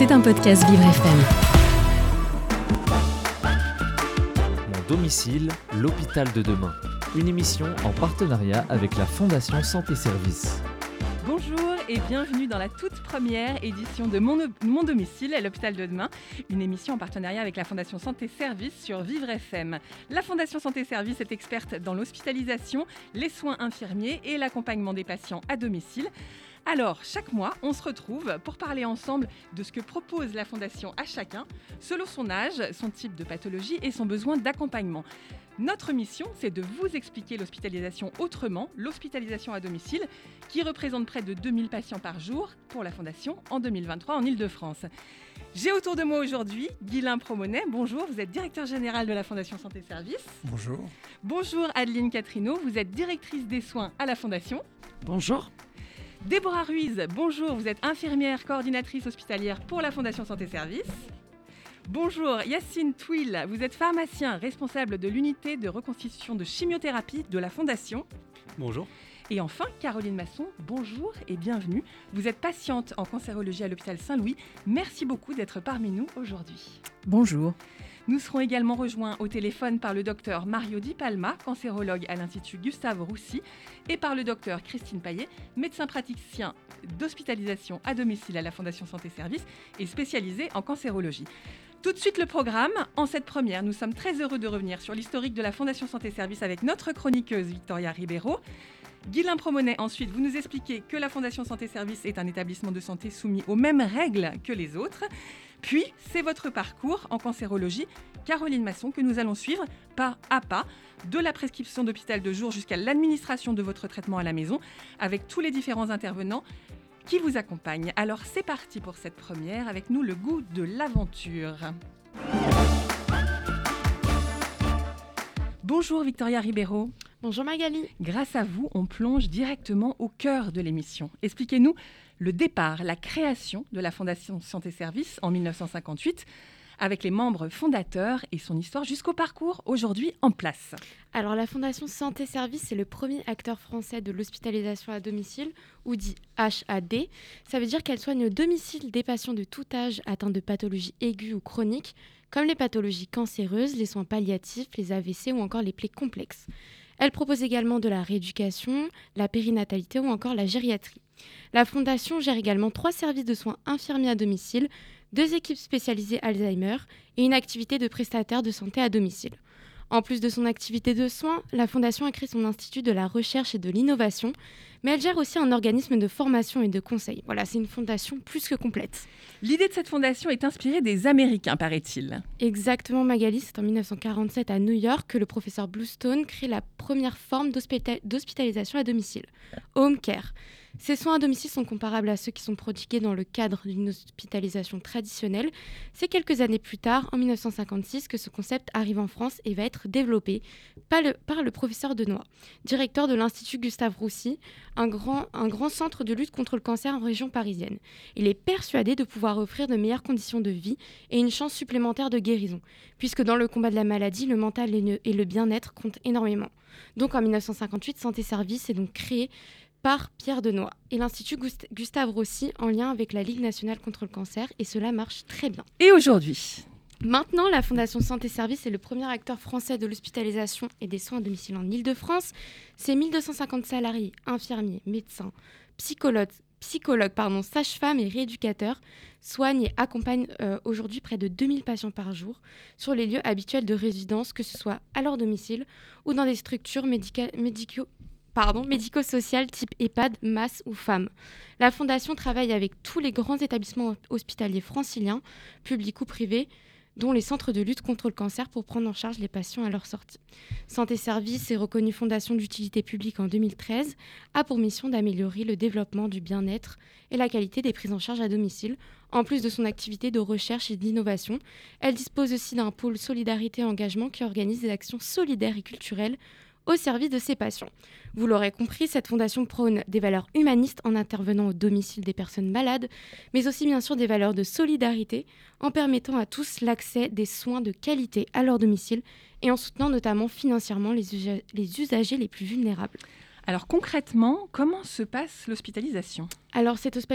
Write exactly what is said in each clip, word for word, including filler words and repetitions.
C'est un podcast Vivre F M. Mon domicile, l'hôpital de demain. Une émission en partenariat avec la Fondation Santé Service. Bonjour et bienvenue dans la toute première édition de Mon, Mon domicile, l'hôpital de demain, une émission en partenariat avec la Fondation Santé Service sur Vivre F M. La Fondation Santé Service est experte dans l'hospitalisation, les soins infirmiers et l'accompagnement des patients à domicile. Alors, chaque mois, on se retrouve pour parler ensemble de ce que propose la Fondation à chacun, selon son âge, son type de pathologie et son besoin d'accompagnement. Notre mission, c'est de vous expliquer l'hospitalisation autrement, l'hospitalisation à domicile, qui représente près de deux mille patients par jour pour la Fondation en deux mille vingt-trois en Île-de-France. J'ai autour de moi aujourd'hui Guylain Promonet. Bonjour, vous êtes directeur général de la Fondation Santé Service. Bonjour. Bonjour Adeline Catrineau, vous êtes directrice des soins à la Fondation. Bonjour. Déborah Ruiz, bonjour, vous êtes infirmière coordinatrice hospitalière pour la Fondation Santé Service. Bonjour Yacine Touil, vous êtes pharmacien responsable de l'unité de reconstitution de chimiothérapie de la Fondation. Bonjour. Et enfin, Caroline Masson, bonjour et bienvenue. Vous êtes patiente en cancérologie à l'hôpital Saint-Louis. Merci beaucoup d'être parmi nous aujourd'hui. Bonjour. Nous serons également rejoints au téléphone par le docteur Mario Di Palma, cancérologue à l'Institut Gustave Roussy, et par le docteur Christine Paillet, médecin praticien d'hospitalisation à domicile à la Fondation Santé Service et spécialisé en cancérologie. Tout de suite le programme. En cette première, nous sommes très heureux de revenir sur l'historique de la Fondation Santé Service avec notre chroniqueuse Victoria Ribeiro. Guylain Promonet, ensuite, vous nous expliquez que la Fondation Santé Service est un établissement de santé soumis aux mêmes règles que les autres. Puis, c'est votre parcours en cancérologie, Caroline Masson, que nous allons suivre pas à pas, de la prescription d'hôpital de jour jusqu'à l'administration de votre traitement à la maison, avec tous les différents intervenants qui vous accompagnent. Alors, c'est parti pour cette première, avec nous le goût de l'aventure. Bonjour Victoria Ribeiro. Bonjour Magali. Grâce à vous, on plonge directement au cœur de l'émission. Expliquez-nous le départ, la création de la Fondation Santé Service en dix-neuf cent cinquante-huit, avec les membres fondateurs et son histoire jusqu'au parcours aujourd'hui en place. Alors la Fondation Santé Service est le premier acteur français de l'hospitalisation à domicile, ou dit H A D. Ça veut dire qu'elle soigne au domicile des patients de tout âge atteints de pathologies aiguës ou chroniques, comme les pathologies cancéreuses, les soins palliatifs, les A V C ou encore les plaies complexes. Elle propose également de la rééducation, la périnatalité ou encore la gériatrie. La Fondation gère également trois services de soins infirmiers à domicile, deux équipes spécialisées Alzheimer et une activité de prestataire de santé à domicile. En plus de son activité de soins, la Fondation a créé son Institut de la recherche et de l'innovation, mais elle gère aussi un organisme de formation et de conseil. Voilà, c'est une fondation plus que complète. L'idée de cette fondation est inspirée des Américains, paraît-il. Exactement, Magali. C'est en dix-neuf cent quarante-sept à New York que le professeur Bluestone crée la première forme d'hospita- d'hospitalisation à domicile, Home Care. Ces soins à domicile sont comparables à ceux qui sont prodigués dans le cadre d'une hospitalisation traditionnelle. C'est quelques années plus tard, en dix-neuf cent cinquante-six, que ce concept arrive en France et va être développé par le, par le professeur Denoy, directeur de l'Institut Gustave Roussy, un grand, un grand centre de lutte contre le cancer en région parisienne. Il est persuadé de pouvoir offrir de meilleures conditions de vie et une chance supplémentaire de guérison, puisque dans le combat de la maladie, le mental et le, et le bien-être comptent énormément. Donc en dix-neuf cent cinquante-huit, Santé Service est donc créé par Pierre Denoy et l'Institut Gust- Gustave Roussy en lien avec la Ligue nationale contre le cancer, et cela marche très bien. Et aujourd'hui ? Maintenant, la Fondation Santé Service est le premier acteur français de l'hospitalisation et des soins à domicile en Île-de-France. C'est mille deux cent cinquante salariés, infirmiers, médecins, psychologues, psychologues pardon, sages-femmes et rééducateurs soignent et accompagnent euh, aujourd'hui près de deux mille patients par jour sur les lieux habituels de résidence, que ce soit à leur domicile ou dans des structures médica- médicaux Pardon, médico-social type EHPAD, M A S ou F A M. La Fondation travaille avec tous les grands établissements hospitaliers franciliens, publics ou privés, dont les centres de lutte contre le cancer, pour prendre en charge les patients à leur sortie. Santé Service est reconnue Fondation d'utilité publique en deux mille treize, a pour mission d'améliorer le développement du bien-être et la qualité des prises en charge à domicile. En plus de son activité de recherche et d'innovation, elle dispose aussi d'un pôle solidarité et engagement qui organise des actions solidaires et culturelles au service de ses patients. Vous l'aurez compris, cette fondation prône des valeurs humanistes en intervenant au domicile des personnes malades, mais aussi bien sûr des valeurs de solidarité en permettant à tous l'accès des soins de qualité à leur domicile et en soutenant notamment financièrement les, usa- les usagers les plus vulnérables. Alors concrètement, comment se passe l'hospitalisation ? Alors cette hospi-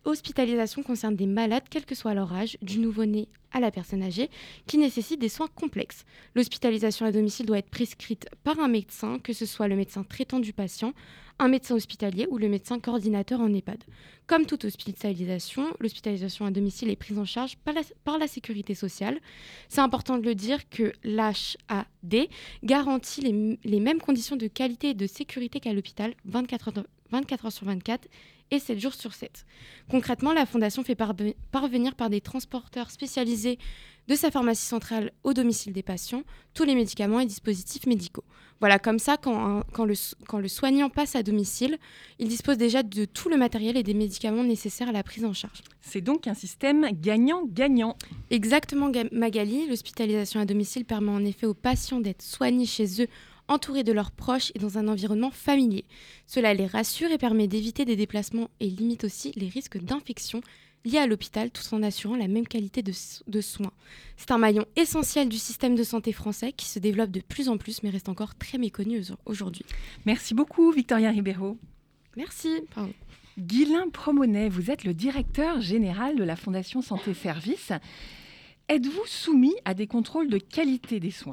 hospitalisation concerne des malades, quel que soit leur âge, du nouveau-né à la personne âgée, qui nécessitent des soins complexes. L'hospitalisation à domicile doit être prescrite par un médecin, que ce soit le médecin traitant du patient, un médecin hospitalier ou le médecin coordinateur en EHPAD. Comme toute hospitalisation, l'hospitalisation à domicile est prise en charge par la, par la sécurité sociale. C'est important de le dire que l'H A D garantit les, les mêmes conditions de qualité et de sécurité qu'à l'hôpital, vingt-quatre heures, vingt-quatre heures sur vingt-quatre et sept jours sur sept. Concrètement, la Fondation fait parve- parvenir par des transporteurs spécialisés de sa pharmacie centrale au domicile des patients tous les médicaments et dispositifs médicaux. Voilà, comme ça, quand, un, quand, le, quand le soignant passe à domicile, il dispose déjà de tout le matériel et des médicaments nécessaires à la prise en charge. C'est donc un système gagnant-gagnant. Exactement, Magali. L'hospitalisation à domicile permet en effet aux patients d'être soignés chez eux, entourés de leurs proches et dans un environnement familier. Cela les rassure et permet d'éviter des déplacements et limite aussi les risques d'infection liés à l'hôpital tout en assurant la même qualité de, de soins. C'est un maillon essentiel du système de santé français qui se développe de plus en plus mais reste encore très méconnu aujourd'hui. Merci beaucoup Victoria Ribeiro. Merci. Pardon. Guylain Promonet, vous êtes le directeur général de la Fondation Santé Service. Êtes-vous soumis à des contrôles de qualité des soins ?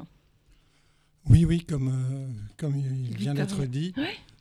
Oui, oui, comme, euh, comme il vient Victoria. d'être dit, Oui.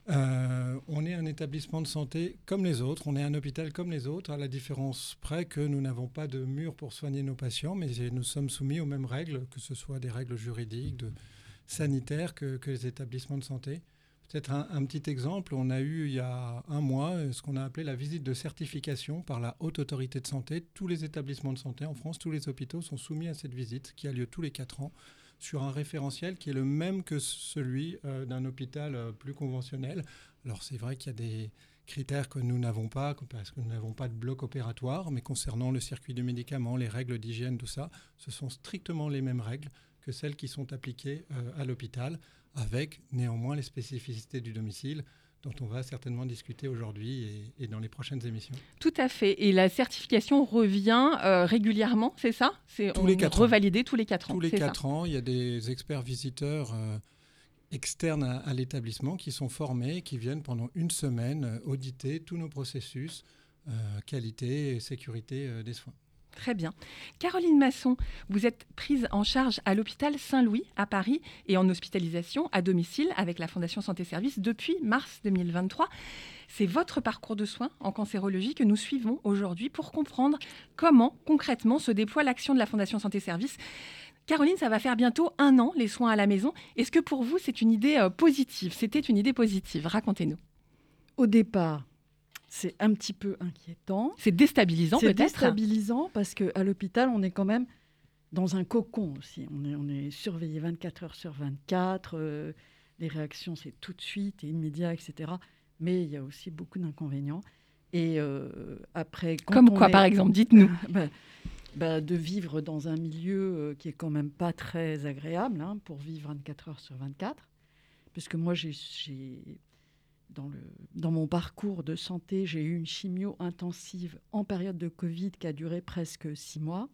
euh, on est un établissement de santé comme les autres, on est un hôpital comme les autres, à la différence près que nous n'avons pas de mur pour soigner nos patients, mais nous sommes soumis aux mêmes règles, que ce soit des règles juridiques, de, sanitaires que, que les établissements de santé. Peut-être un, un petit exemple, on a eu il y a un mois ce qu'on a appelé la visite de certification par la Haute Autorité de Santé. Tous les établissements de santé en France, tous les hôpitaux sont soumis à cette visite qui a lieu tous les quatre ans, sur un référentiel qui est le même que celui euh, d'un hôpital euh, plus conventionnel. Alors c'est vrai qu'il y a des critères que nous n'avons pas, parce que nous n'avons pas de bloc opératoire, mais concernant le circuit du médicament, les règles d'hygiène, tout ça, ce sont strictement les mêmes règles que celles qui sont appliquées euh, à l'hôpital, avec néanmoins les spécificités du domicile, dont on va certainement discuter aujourd'hui et, et dans les prochaines émissions. Tout à fait. Et la certification revient euh, régulièrement, c'est ça ? C'est Tous on les quatre revalidé tous les quatre ans. Tous les c'est quatre ça. ans, il y a des experts visiteurs euh, externes à, à l'établissement qui sont formés, qui viennent pendant une semaine euh, auditer tous nos processus, euh, qualité et sécurité euh, des soins. Très bien. Caroline Masson, vous êtes prise en charge à l'hôpital Saint-Louis à Paris et en hospitalisation à domicile avec la Fondation Santé Service depuis mars deux mille vingt-trois. C'est votre parcours de soins en cancérologie que nous suivons aujourd'hui pour comprendre comment concrètement se déploie l'action de la Fondation Santé Service. Caroline, ça va faire bientôt un an les soins à la maison. Est-ce que pour vous c'est une idée euh, positive ? C'était une idée positive. Racontez-nous. Au départ, c'est un petit peu inquiétant. C'est déstabilisant C'est peut-être ? déstabilisant parce qu'à l'hôpital, on est quand même dans un cocon aussi. On est, on est surveillé vingt-quatre heures sur vingt-quatre. Euh, les réactions, c'est tout de suite et immédiat, et cetera. Mais il y a aussi beaucoup d'inconvénients. Et euh, après... Quand Comme on quoi, est... par exemple ? Dites-nous. bah, bah, de vivre dans un milieu euh, qui est quand même pas très agréable hein, pour vivre vingt-quatre heures sur vingt-quatre. Parce que moi, j'ai... j'ai... Dans, le, dans mon parcours de santé, j'ai eu une chimio intensive en période de Covid qui a duré presque six mois.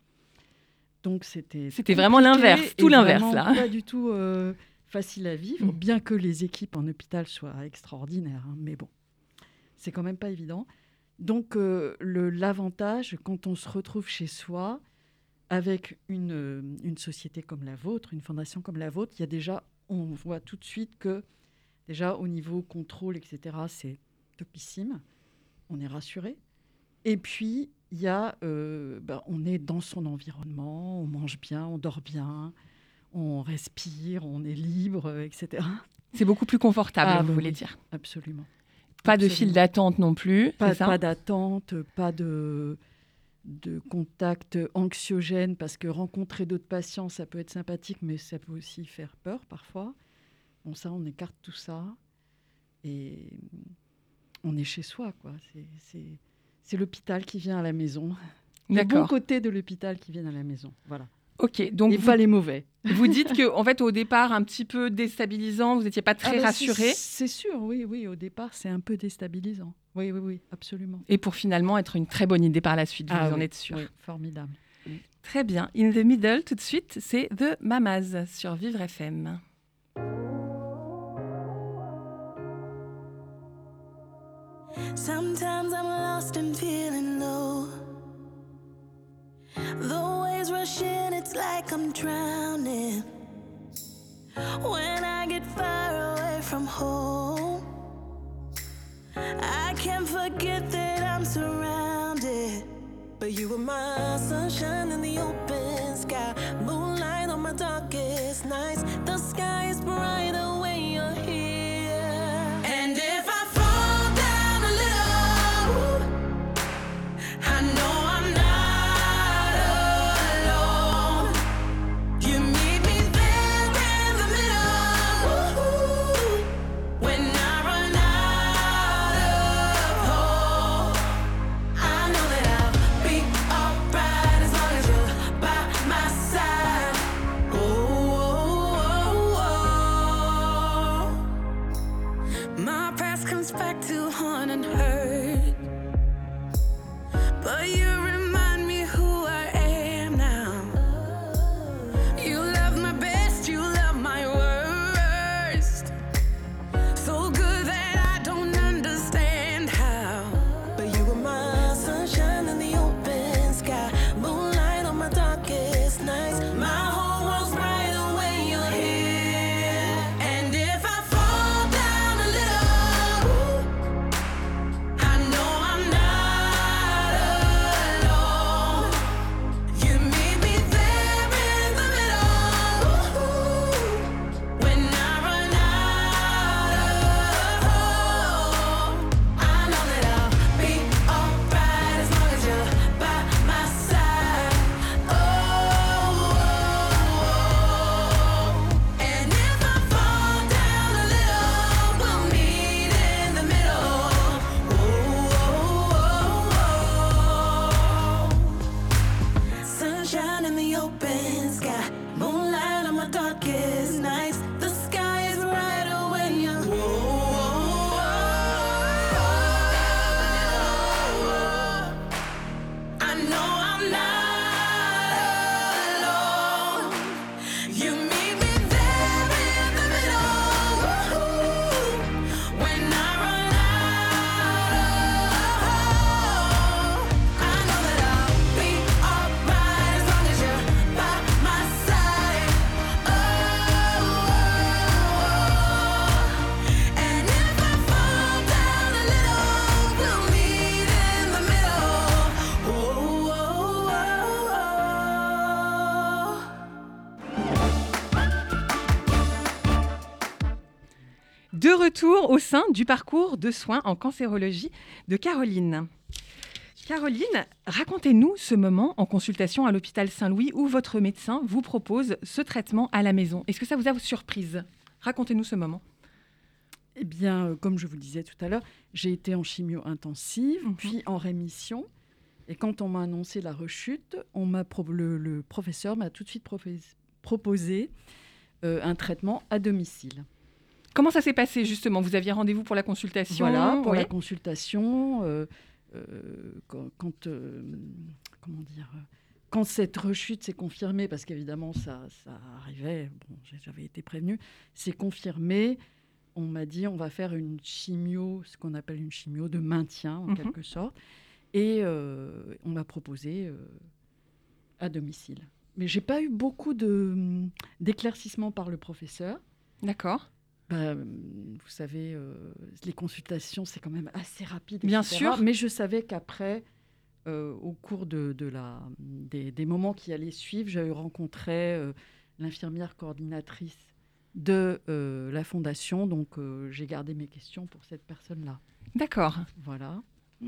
Donc, c'était C'était vraiment l'inverse, tout l'inverse, là. Pas du tout euh, facile à vivre, mmh. bien que les équipes en hôpital soient extraordinaires. Hein, mais bon, c'est quand même pas évident. Donc, euh, le, l'avantage, quand on se retrouve chez soi, avec une, une société comme la vôtre, une fondation comme la vôtre, il y a déjà, on voit tout de suite que déjà, au niveau contrôle, et cetera, c'est topissime. On est rassuré. Et puis, il y a, euh, ben, on est dans son environnement, on mange bien, on dort bien, on respire, on est libre, et cetera. C'est beaucoup plus confortable, Ah, vous oui, voulez oui, dire. Absolument. Pas absolument. de file d'attente non plus, pas, c'est ça ? Pas d'attente, pas de, de contact anxiogène, parce que rencontrer d'autres patients, ça peut être sympathique, mais ça peut aussi faire peur parfois. Bon, ça, on écarte tout ça et on est chez soi, quoi. C'est, c'est, c'est l'hôpital qui vient à la maison. D'accord. Le bon côté de l'hôpital qui vient à la maison, voilà. Ok, donc et vous, pas les mauvais. Vous dites que, en fait, au départ, un petit peu déstabilisant, vous n'étiez pas très ah bah rassuré. C'est, c'est sûr, oui, oui. Au départ, c'est un peu déstabilisant. Oui, oui, oui, absolument. Et pour finalement être une très bonne idée par la suite, vous ah, en oui, êtes sûr. Oui, formidable. Oui. Très bien. In the middle, tout de suite, c'est The Mamas sur Vivre F M. Sometimes I'm lost and feeling low. hours rush in, it's like I'm drowning. When I get far away from home, I can't forget that I'm surrounded. But you were my sunshine in the open sky, moonlight on my darkest nights. The sky is brighter when you're here. And if I fall down a little, I know I'm not alone. You meet me there in the middle, when I run out of hope. I know that I'll be alright as long as you're by my side. Oh, oh, oh, oh. My past comes back to haunt and hurt, but you remind me who I am now. You love my best, you love my worst. So good that I don't understand how. But you were my sunshine in the open sky, moonlight on my darkest nights. My whole world's brighter when you're here. And if I fall down a little, I know I'm not alone. You meet me there in the middle, when I run out of hope. I know that I'll be alright as long as you're by my side. Oh, and if I fall down a little, we'll meet in the middle. Oh, sunshine in the open sky, moonlight on my darkest nights. The sky is brighter when you're. I know I'm not alone. You meet me there in the middle, when I run out of hope. I know that I'll be alright as long as you're by my side. Oh, and if I fall down a little, we'll meet in the middle. Oh, oh, oh, De retour au sein du parcours de soins en cancérologie de Caroline. Caroline, racontez-nous ce moment en consultation à l'hôpital Saint-Louis où votre médecin vous propose ce traitement à la maison. Est-ce que ça vous a surprise ? Racontez-nous ce moment. Eh bien, euh, comme je vous le disais tout à l'heure, j'ai été en chimio intensive, Mhm. puis en rémission. Et quand on m'a annoncé la rechute, on m'a pro- le, le professeur m'a tout de suite propos- proposé euh, un traitement à domicile. Comment ça s'est passé justement ? Vous aviez rendez-vous pour la consultation ? Voilà, pour la Ouais. consultation. euh, euh, quand, quand, euh, comment dire, euh, quand cette rechute s'est confirmée, parce qu'évidemment ça, ça arrivait, bon, j'ai- j'avais été prévenue, c'est confirmé. On m'a dit on va faire une chimio, ce qu'on appelle une chimio de maintien en Mhm. quelque sorte, et euh, on m'a proposé euh, à domicile. Mais j'ai pas eu beaucoup de hum, d'éclaircissements par le professeur. D'accord. Bah, vous savez, euh, les consultations, c'est quand même assez rapide. Bien et cetera. sûr. Mais je savais qu'après, euh, au cours de, de la, des, des moments qui allaient suivre, j'avais rencontré euh, l'infirmière coordinatrice de euh, la fondation. Donc, euh, j'ai gardé mes questions pour cette personne-là. D'accord. Voilà.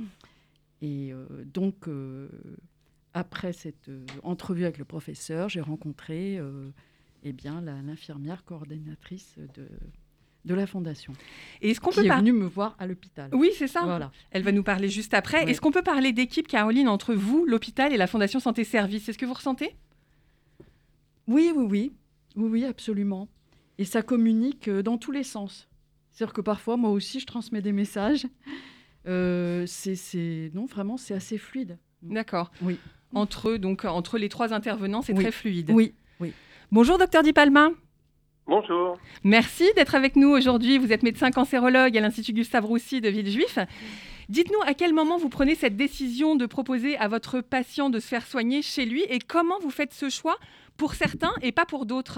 Et euh, donc, euh, après cette euh, entrevue avec le professeur, j'ai rencontré euh, eh bien, la- l'infirmière coordinatrice de, de la fondation, Et est-ce qu'on qui peut est pas... venue me voir à l'hôpital. Oui, c'est ça. Voilà. Elle va nous parler juste après. Ouais. Est-ce qu'on peut parler d'équipe, Caroline, entre vous, l'hôpital et la Fondation Santé Service ? C'est ce que vous ressentez ? Oui, oui, oui. Oui, oui, absolument. Et ça communique euh, dans tous les sens. C'est-à-dire que parfois, moi aussi, je transmets des messages. Euh, c'est, c'est... Non, vraiment, c'est assez fluide. D'accord. Oui. Entre, donc, entre les trois intervenants, c'est Oui. très fluide. Oui. Bonjour, docteur Di Palma. Bonjour. Merci d'être avec nous aujourd'hui. Vous êtes médecin cancérologue à l'Institut Gustave Roussy de Villejuif. Dites-nous à quel moment vous prenez cette décision de proposer à votre patient de se faire soigner chez lui et comment vous faites ce choix pour certains et pas pour d'autres?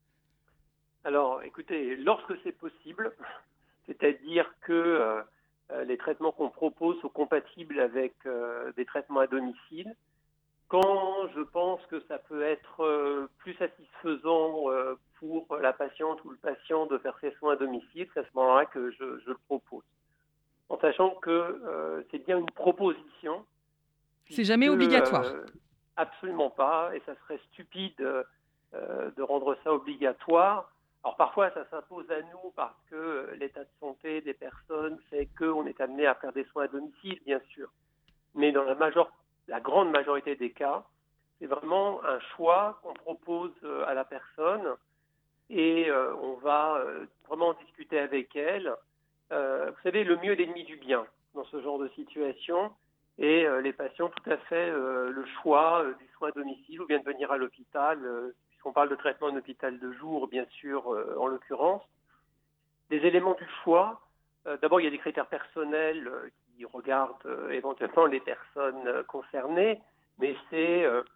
Alors, écoutez, lorsque c'est possible, c'est-à-dire que euh, les traitements qu'on propose sont compatibles avec euh, des traitements à domicile, quand je pense que ça peut être euh, plus satisfaisant euh, pour la patiente ou le patient de faire ses soins à domicile, c'est à ce moment-là que je, je le propose. En sachant que euh, c'est bien une proposition. C'est jamais obligatoire. Euh, absolument pas, et ça serait stupide euh, de rendre ça obligatoire. Alors parfois, ça s'impose à nous parce que l'état de santé des personnes fait qu'on est amené à faire des soins à domicile, bien sûr. Mais dans la, majeure, la grande majorité des cas, c'est vraiment un choix qu'on propose à la personne et euh, on va euh, vraiment discuter avec elle. Euh, vous savez, le mieux est l'ennemi du bien dans ce genre de situation. Et euh, les patients ont tout à fait euh, le choix euh, du soin à domicile ou bien de venir à l'hôpital, euh, puisqu'on parle de traitement en hôpital de jour, bien sûr, euh, en l'occurrence. Des éléments du choix, euh, d'abord il y a des critères personnels euh, qui regardent euh, éventuellement les personnes euh, concernées, mais c'est, euh,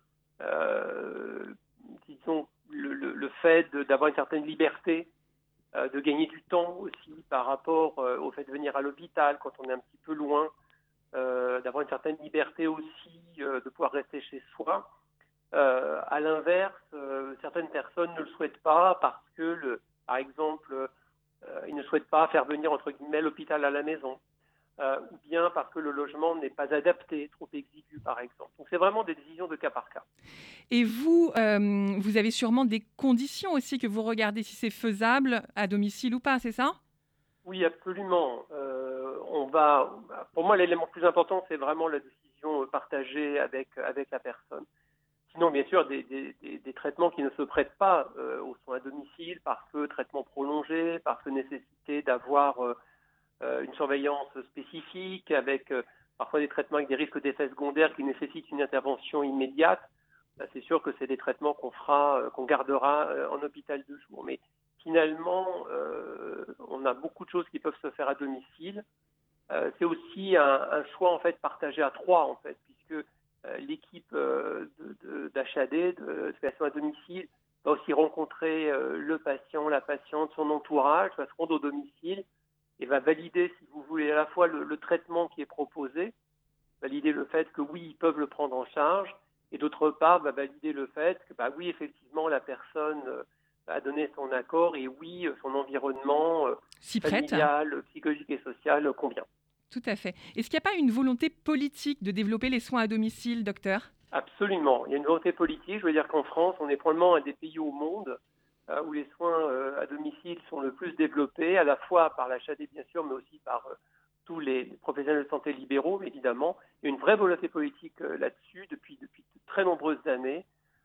euh, disons, le, le, le fait de, d'avoir une certaine liberté, euh, de gagner du temps aussi par rapport euh, au fait de venir à l'hôpital quand on est un petit peu loin, euh, d'avoir une certaine liberté aussi euh, de pouvoir rester chez soi. Euh, à l'inverse, euh, certaines personnes ne le souhaitent pas parce que, le, par exemple, euh, ils ne souhaitent pas faire venir entre guillemets l'hôpital à la maison, euh, ou bien parce que le logement n'est pas adapté, trop exigu par exemple. Donc c'est vraiment des décisions de cas par cas. Et vous, euh, vous avez sûrement des conditions aussi que vous regardez si c'est faisable à domicile ou pas, c'est ça? Oui, absolument. Euh, on va, pour moi, l'élément le plus important, c'est vraiment la décision partagée avec, avec la personne. Sinon, bien sûr, des, des, des, des traitements qui ne se prêtent pas euh, aux soins à domicile parce que traitement prolongé, parce que nécessité d'avoir euh, une surveillance spécifique, avec euh, parfois des traitements avec des risques d'effets secondaires qui nécessitent une intervention immédiate. Là, c'est sûr que c'est des traitements qu'on fera, euh, qu'on gardera euh, en hôpital de jour. Mais finalement, euh, on a beaucoup de choses qui peuvent se faire à domicile. Euh, c'est aussi un, un choix en fait partagé à trois en fait, puisque euh, l'équipe euh, de, de, d'H A D, de situation à domicile, va aussi rencontrer euh, le patient, la patiente, son entourage, va se rendre au domicile et va valider, si vous voulez, à la fois le, le traitement qui est proposé, valider le fait que oui, ils peuvent le prendre en charge, et d'autre part, va valider le fait que bah oui, effectivement, la personne euh, a donné son accord et oui, son environnement euh, familial, psychologique et social euh, convient. Tout à fait. Est-ce qu'il n'y a pas une volonté politique de développer les soins à domicile, docteur? Absolument. Il y a une volonté politique. Je veux dire qu'en France, on est probablement un des pays au monde euh, où les soins euh, à domicile sont le plus développés, à la fois par l'H A D, bien sûr, mais aussi par euh, tous les professionnels de santé libéraux, évidemment. Il y a une vraie volonté politique euh, là-dessus depuis, depuis de très nombreuses années.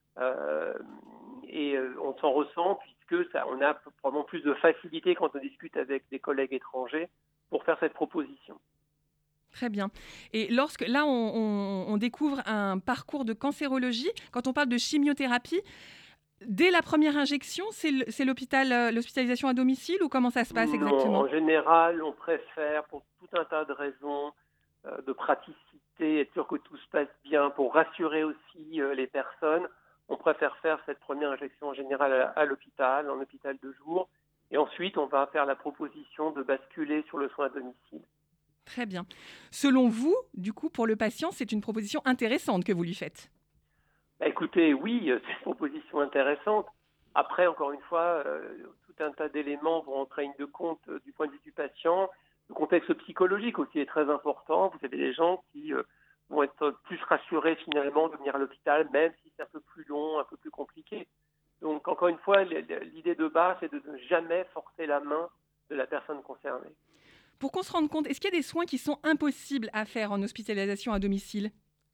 Euh, et euh, on s'en ressent puisque ça, on a probablement plus de facilité quand on discute avec des collègues étrangers pour faire cette proposition. Très bien. Et lorsque là, on, on, on découvre un parcours de cancérologie, quand on parle de chimiothérapie, dès la première injection, c'est, c'est l'hôpital, l'hospitalisation à domicile ou comment ça se passe non, exactement? En général, on préfère, pour tout un tas de raisons, euh, de praticité, être sûr que tout se passe bien, pour rassurer aussi euh, les personnes, on préfère faire cette première injection en général à, à l'hôpital, en hôpital de jour, et ensuite on va faire la proposition de basculer sur le soin à domicile. Très bien. Selon vous, du coup, pour le patient, c'est une proposition intéressante que vous lui faites? Bah, écoutez, oui, c'est une proposition intéressante. Après, encore une fois, euh, tout un tas d'éléments vont entrer en ligne de compte euh, du point de vue du patient. Le contexte psychologique aussi est très important. Vous avez des gens qui euh, vont être plus rassurés finalement de venir à l'hôpital, même si c'est un peu plus long, un peu plus compliqué. Donc, encore une fois, l'idée de base, c'est de ne jamais forcer la main de la personne concernée. Pour qu'on se rende compte, est-ce qu'il y a des soins qui sont impossibles à faire en hospitalisation à domicile?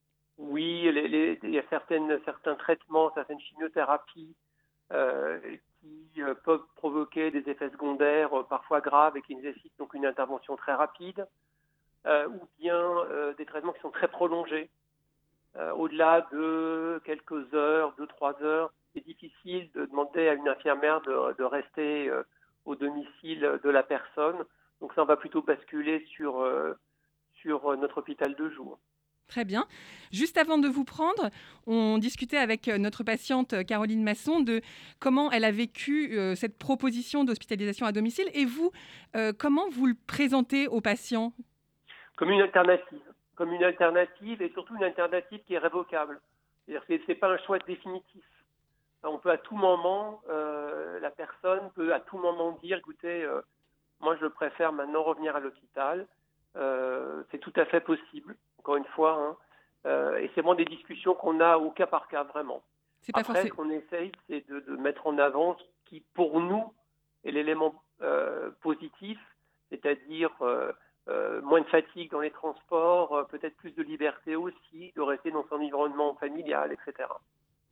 Oui, les, les, il y a certaines, certains traitements, certaines chimiothérapies euh, qui euh, peuvent provoquer des effets secondaires euh, parfois graves et qui nécessitent donc une intervention très rapide, euh, ou bien euh, des traitements qui sont très prolongés, euh, au-delà de quelques heures, deux, trois heures. C'est difficile de demander à une infirmière de, de rester euh, au domicile de la personne. Donc ça, on va plutôt basculer sur, euh, sur notre hôpital de jour. Très bien. Juste avant de vous prendre, on discutait avec notre patiente Caroline Masson de comment elle a vécu euh, cette proposition d'hospitalisation à domicile. Et vous, euh, comment vous le présentez aux patients ? Comme une alternative. Comme une alternative et surtout une alternative qui est révocable. C'est-à-dire que ce n'est pas un choix définitif. On peut à tout moment, euh, la personne peut à tout moment dire, écoutez, euh, moi je préfère maintenant revenir à l'hôpital. Euh, c'est tout à fait possible. Encore une fois, hein, euh, et c'est vraiment des discussions qu'on a au cas par cas, vraiment. C'est pas Après, forcé... ce qu'on essaye, c'est de, de mettre en avant ce qui, pour nous, est l'élément euh, positif, c'est-à-dire euh, euh, moins de fatigue dans les transports, euh, peut-être plus de liberté aussi, de rester dans son environnement familial, et cetera.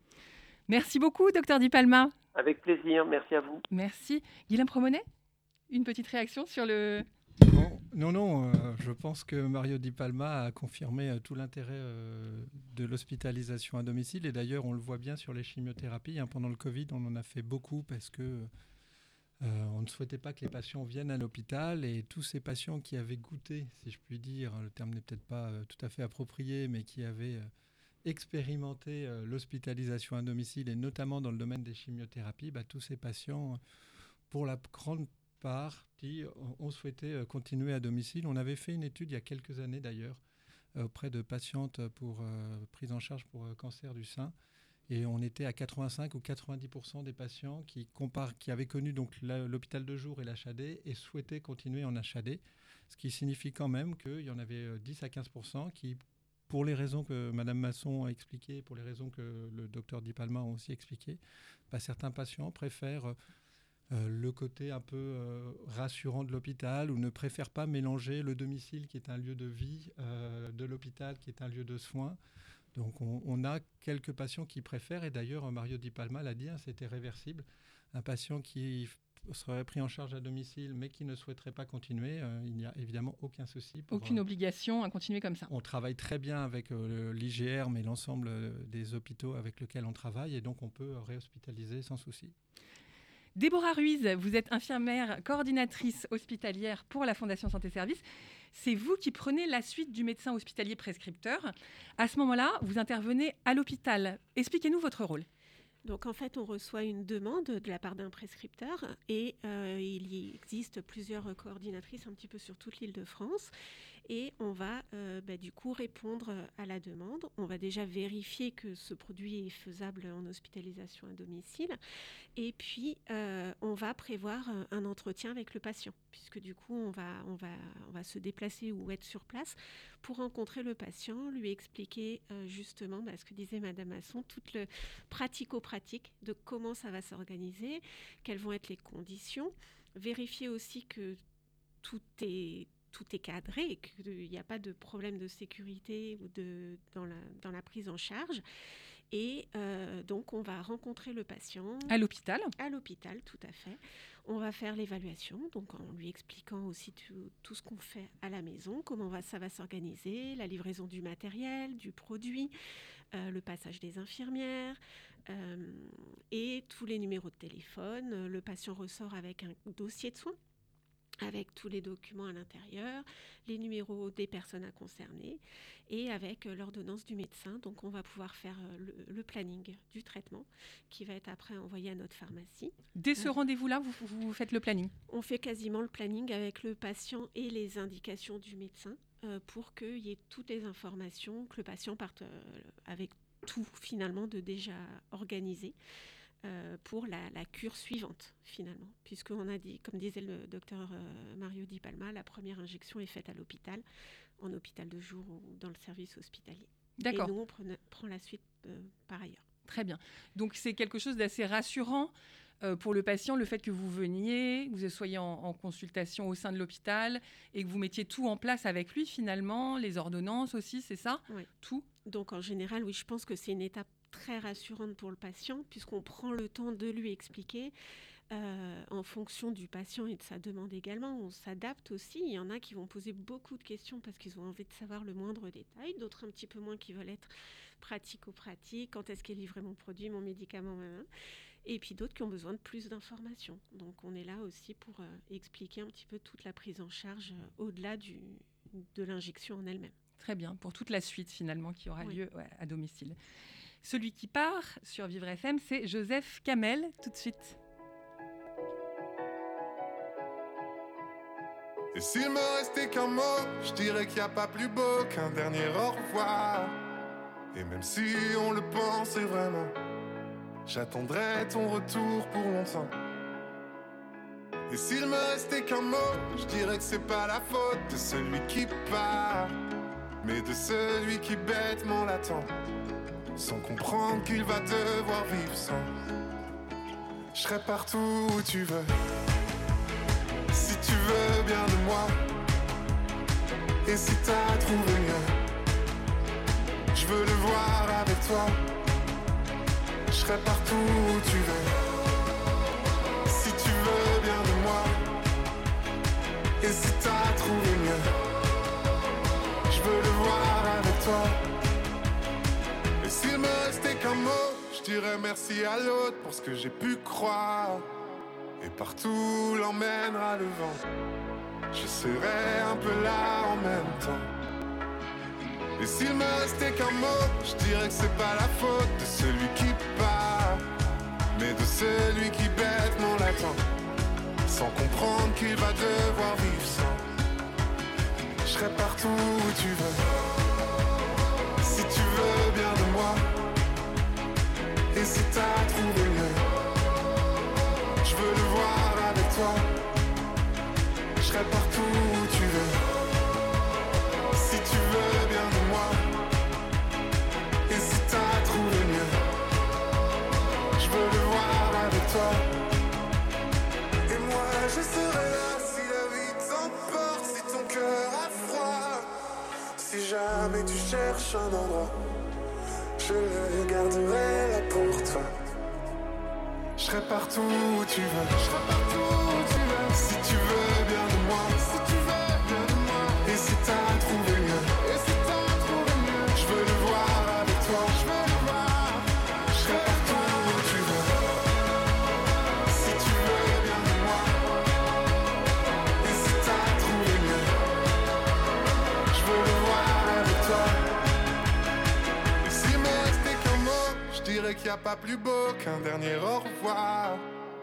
Merci beaucoup, docteur Di Palma. Avec plaisir, merci à vous. Merci. Guillaume Promonet, une petite réaction sur le... Bon, non, non, euh, je pense que Mario Di Palma a confirmé euh, tout l'intérêt euh, de l'hospitalisation à domicile. Et d'ailleurs, on le voit bien sur les chimiothérapies. Hein, pendant le Covid, on en a fait beaucoup parce que euh, on ne souhaitait pas que les patients viennent à l'hôpital. Et tous ces patients qui avaient goûté, si je puis dire, le terme n'est peut-être pas euh, tout à fait approprié, mais qui avaient euh, expérimenté euh, l'hospitalisation à domicile, et notamment dans le domaine des chimiothérapies, bah, tous ces patients, pour la grande partie, on souhaitait continuer à domicile. On avait fait une étude il y a quelques années d'ailleurs auprès de patientes pour euh, prise en charge pour euh, cancer du sein, et on était à quatre-vingt-cinq ou quatre-vingt-dix pour cent des patients qui, comparent, qui avaient connu donc la, l'hôpital de jour et l'H A D et souhaitaient continuer en H A D, ce qui signifie quand même qu'il y en avait dix à quinze pour cent qui, pour les raisons que Mme Masson a expliquées, pour les raisons que le docteur Di Palma a aussi expliquées, bah, certains patients préfèrent Euh, le côté un peu euh, rassurant de l'hôpital, ou ne préfère pas mélanger le domicile qui est un lieu de vie euh, de l'hôpital qui est un lieu de soins. Donc on, on a quelques patients qui préfèrent, et d'ailleurs Mario Di Palma l'a dit, hein, c'était réversible. Un patient qui serait pris en charge à domicile mais qui ne souhaiterait pas continuer, euh, il n'y a évidemment aucun souci. Pour, Aucune euh, obligation à continuer comme ça. On travaille très bien avec euh, l'I G R, mais l'ensemble des hôpitaux avec lesquels on travaille, et donc on peut réhospitaliser sans souci. Déborah Ruiz, vous êtes infirmière coordinatrice hospitalière pour la Fondation Santé Service. C'est vous qui prenez la suite du médecin hospitalier prescripteur. À ce moment-là, vous intervenez à l'hôpital. Expliquez-nous votre rôle. Donc en fait, on reçoit une demande de la part d'un prescripteur, et euh, il y existe plusieurs coordinatrices un petit peu sur toute l'île de France. Et on va euh, bah, du coup répondre à la demande. On va déjà vérifier que ce produit est faisable en hospitalisation à domicile. Et puis, euh, on va prévoir un entretien avec le patient, puisque du coup, on va, on va, on va se déplacer ou être sur place pour rencontrer le patient, lui expliquer euh, justement bah, ce que disait Madame Masson, tout le pratico-pratique de comment ça va s'organiser, quelles vont être les conditions. Vérifier aussi que tout est... tout est cadré et qu'il n'y a pas de problème de sécurité ou de, dans, la, dans la prise en charge. Et euh, donc, on va rencontrer le patient. À l'hôpital ? À l'hôpital, tout à fait. On va faire l'évaluation, donc en lui expliquant aussi tout, tout ce qu'on fait à la maison, comment va, ça va s'organiser, la livraison du matériel, du produit, euh, le passage des infirmières euh, et tous les numéros de téléphone. Le patient ressort avec un dossier de soins, avec tous les documents à l'intérieur, les numéros des personnes à concerner, et avec l'ordonnance du médecin. Donc on va pouvoir faire le, le planning du traitement qui va être après envoyé à notre pharmacie. Dès ce euh, rendez-vous-là, vous, vous faites le planning ? On fait quasiment le planning avec le patient et les indications du médecin euh, pour qu'il y ait toutes les informations, que le patient parte euh, avec tout finalement de déjà organisé. Euh, pour la, la cure suivante, finalement. Puisqu'on a dit, comme disait le docteur euh, Mario Di Palma, la première injection est faite à l'hôpital, en hôpital de jour ou dans le service hospitalier. D'accord. Et nous, on prend, prend la suite euh, par ailleurs. Très bien. Donc, c'est quelque chose d'assez rassurant euh, pour le patient, le fait que vous veniez, vous soyez en, en consultation au sein de l'hôpital et que vous mettiez tout en place avec lui, finalement, les ordonnances aussi, c'est ça ? Oui. Tout ? Donc, en général, oui, je pense que c'est une étape très rassurante pour le patient, puisqu'on prend le temps de lui expliquer euh, en fonction du patient et de sa demande également. On s'adapte aussi. Il y en a qui vont poser beaucoup de questions parce qu'ils ont envie de savoir le moindre détail, d'autres un petit peu moins qui veulent être pratico-pratiques. Quand est-ce qu'est livré mon produit, mon médicament, hein, et puis d'autres qui ont besoin de plus d'informations. Donc on est là aussi pour euh, expliquer un petit peu toute la prise en charge euh, au-delà du, de l'injection en elle-même. Très bien, pour toute la suite finalement qui aura Oui. lieu ouais, à domicile. Celui qui part sur Vivre F M, c'est Joseph Kamel, tout de suite. Et s'il me restait qu'un mot, je dirais qu'il n'y a pas plus beau qu'un dernier au revoir. Et même si on le pensait vraiment, j'attendrai ton retour pour longtemps. Et s'il me restait qu'un mot, je dirais que c'est pas la faute de celui qui part, mais de celui qui bêtement l'attend, sans comprendre qu'il va devoir vivre sans. Je serai partout où tu veux, si tu veux bien de moi. Et si t'as trouvé mieux, je veux le voir avec toi. Je serai partout où tu veux, si tu veux bien de moi. Et si t'as trouvé mieux, je veux le voir avec toi. Et s'il me restait qu'un mot, je dirais merci à l'autre pour ce que j'ai pu croire. Et partout l'emmènera le vent, je serai un peu là en même temps. Et s'il me restait qu'un mot, je dirais que c'est pas la faute de celui qui part, mais de celui qui bêtement l'attend, sans comprendre qu'il va devoir vivre sans. Je serai partout où tu veux, si tu veux bien de moi. Et si t'as trouvé mieux, je veux le voir avec toi. Je serai partout où tu veux, si tu veux bien de moi. Et si t'as trouvé mieux, je veux le voir avec toi. Et moi je serai là si la vie t'emporte, si ton cœur a froid. Si jamais tu cherches un endroit, je le garderai là pour toi. Je serai partout où tu veux, je serai partout où tu veux. Si tu veux bien de moi, si tu veux bien de moi. Et si t'as trouvé mieux, et si t'as trouvé mieux, je veux le voir avec toi, je veux le voir. Je serai partout où tu veux, si tu veux bien de moi. Et si t'as trouvé mieux, je veux le voir avec toi. Et s'il me restait qu'un mot, je dirais qu'il n'y a pas plus beau qu'un dernier au revoir.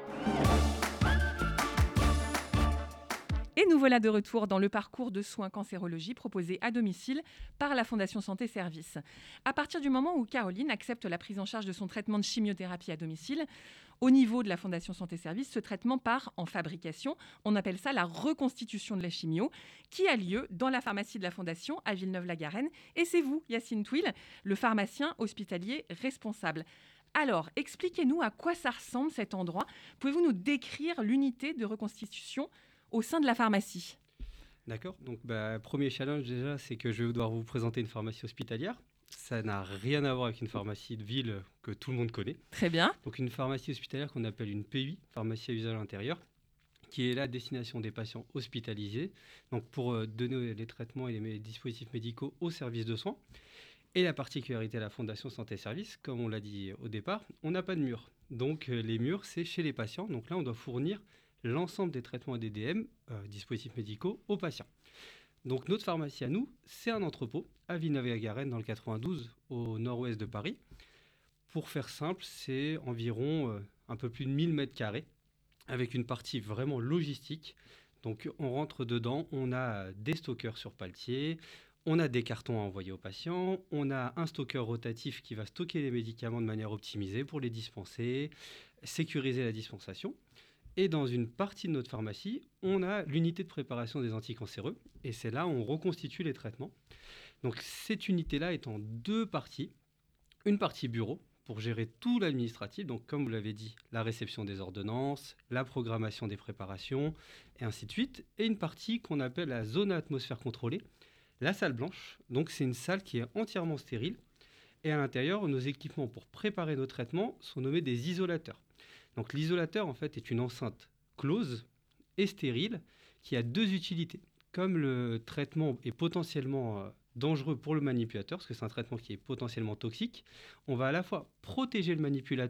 Et nous voilà de retour dans le parcours de soins cancérologie proposé à domicile par la Fondation Santé Service. À partir du moment où Caroline accepte la prise en charge de son traitement de chimiothérapie à domicile, au niveau de la Fondation Santé Service, ce traitement part en fabrication. On appelle ça la reconstitution de la chimio, qui a lieu dans la pharmacie de la Fondation à Villeneuve-la-Garenne. Et c'est vous, Yacine Touil, le pharmacien hospitalier responsable. Alors, expliquez-nous à quoi ça ressemble cet endroit. Pouvez-vous nous décrire l'unité de reconstitution au sein de la pharmacie? D'accord. Donc, bah, premier challenge déjà, c'est que je vais devoir vous présenter une pharmacie hospitalière. Ça n'a rien à voir avec une pharmacie de ville que tout le monde connaît. Très bien. Donc, une pharmacie hospitalière qu'on appelle une P U I, pharmacie à usage intérieur, qui est la destination des patients hospitalisés, donc pour euh, donner les traitements et les dispositifs médicaux au service de soins. Et la particularité à la Fondation Santé Service, comme on l'a dit au départ, on n'a pas de murs. Donc, euh, les murs, c'est chez les patients. Donc là, on doit fournir l'ensemble des traitements D D M, euh, dispositifs médicaux, aux patients. Donc notre pharmacie à nous, c'est un entrepôt à Villeneuve-la-Garenne dans le quatre-vingt-douze, au nord-ouest de Paris. Pour faire simple, c'est environ euh, un peu plus de mille mètres carrés, avec une partie vraiment logistique. Donc on rentre dedans, on a des stockeurs sur paletier, on a des cartons à envoyer aux patients, on a un stockeur rotatif qui va stocker les médicaments de manière optimisée pour les dispenser, sécuriser la dispensation. Et dans une partie de notre pharmacie, on a l'unité de préparation des anticancéreux. Et c'est là où on reconstitue les traitements. Donc cette unité-là est en deux parties. Une partie bureau, pour gérer tout l'administratif. Donc comme vous l'avez dit, la réception des ordonnances, la programmation des préparations, et ainsi de suite. Et une partie qu'on appelle la zone à atmosphère contrôlée, la salle blanche. Donc c'est une salle qui est entièrement stérile. Et à l'intérieur, nos équipements pour préparer nos traitements sont nommés des isolateurs. Donc l'isolateur, en fait, est une enceinte close et stérile qui a deux utilités. Comme le traitement est potentiellement euh, dangereux pour le manipulateur, parce que c'est un traitement qui est potentiellement toxique, on va à la fois protéger le manipulateur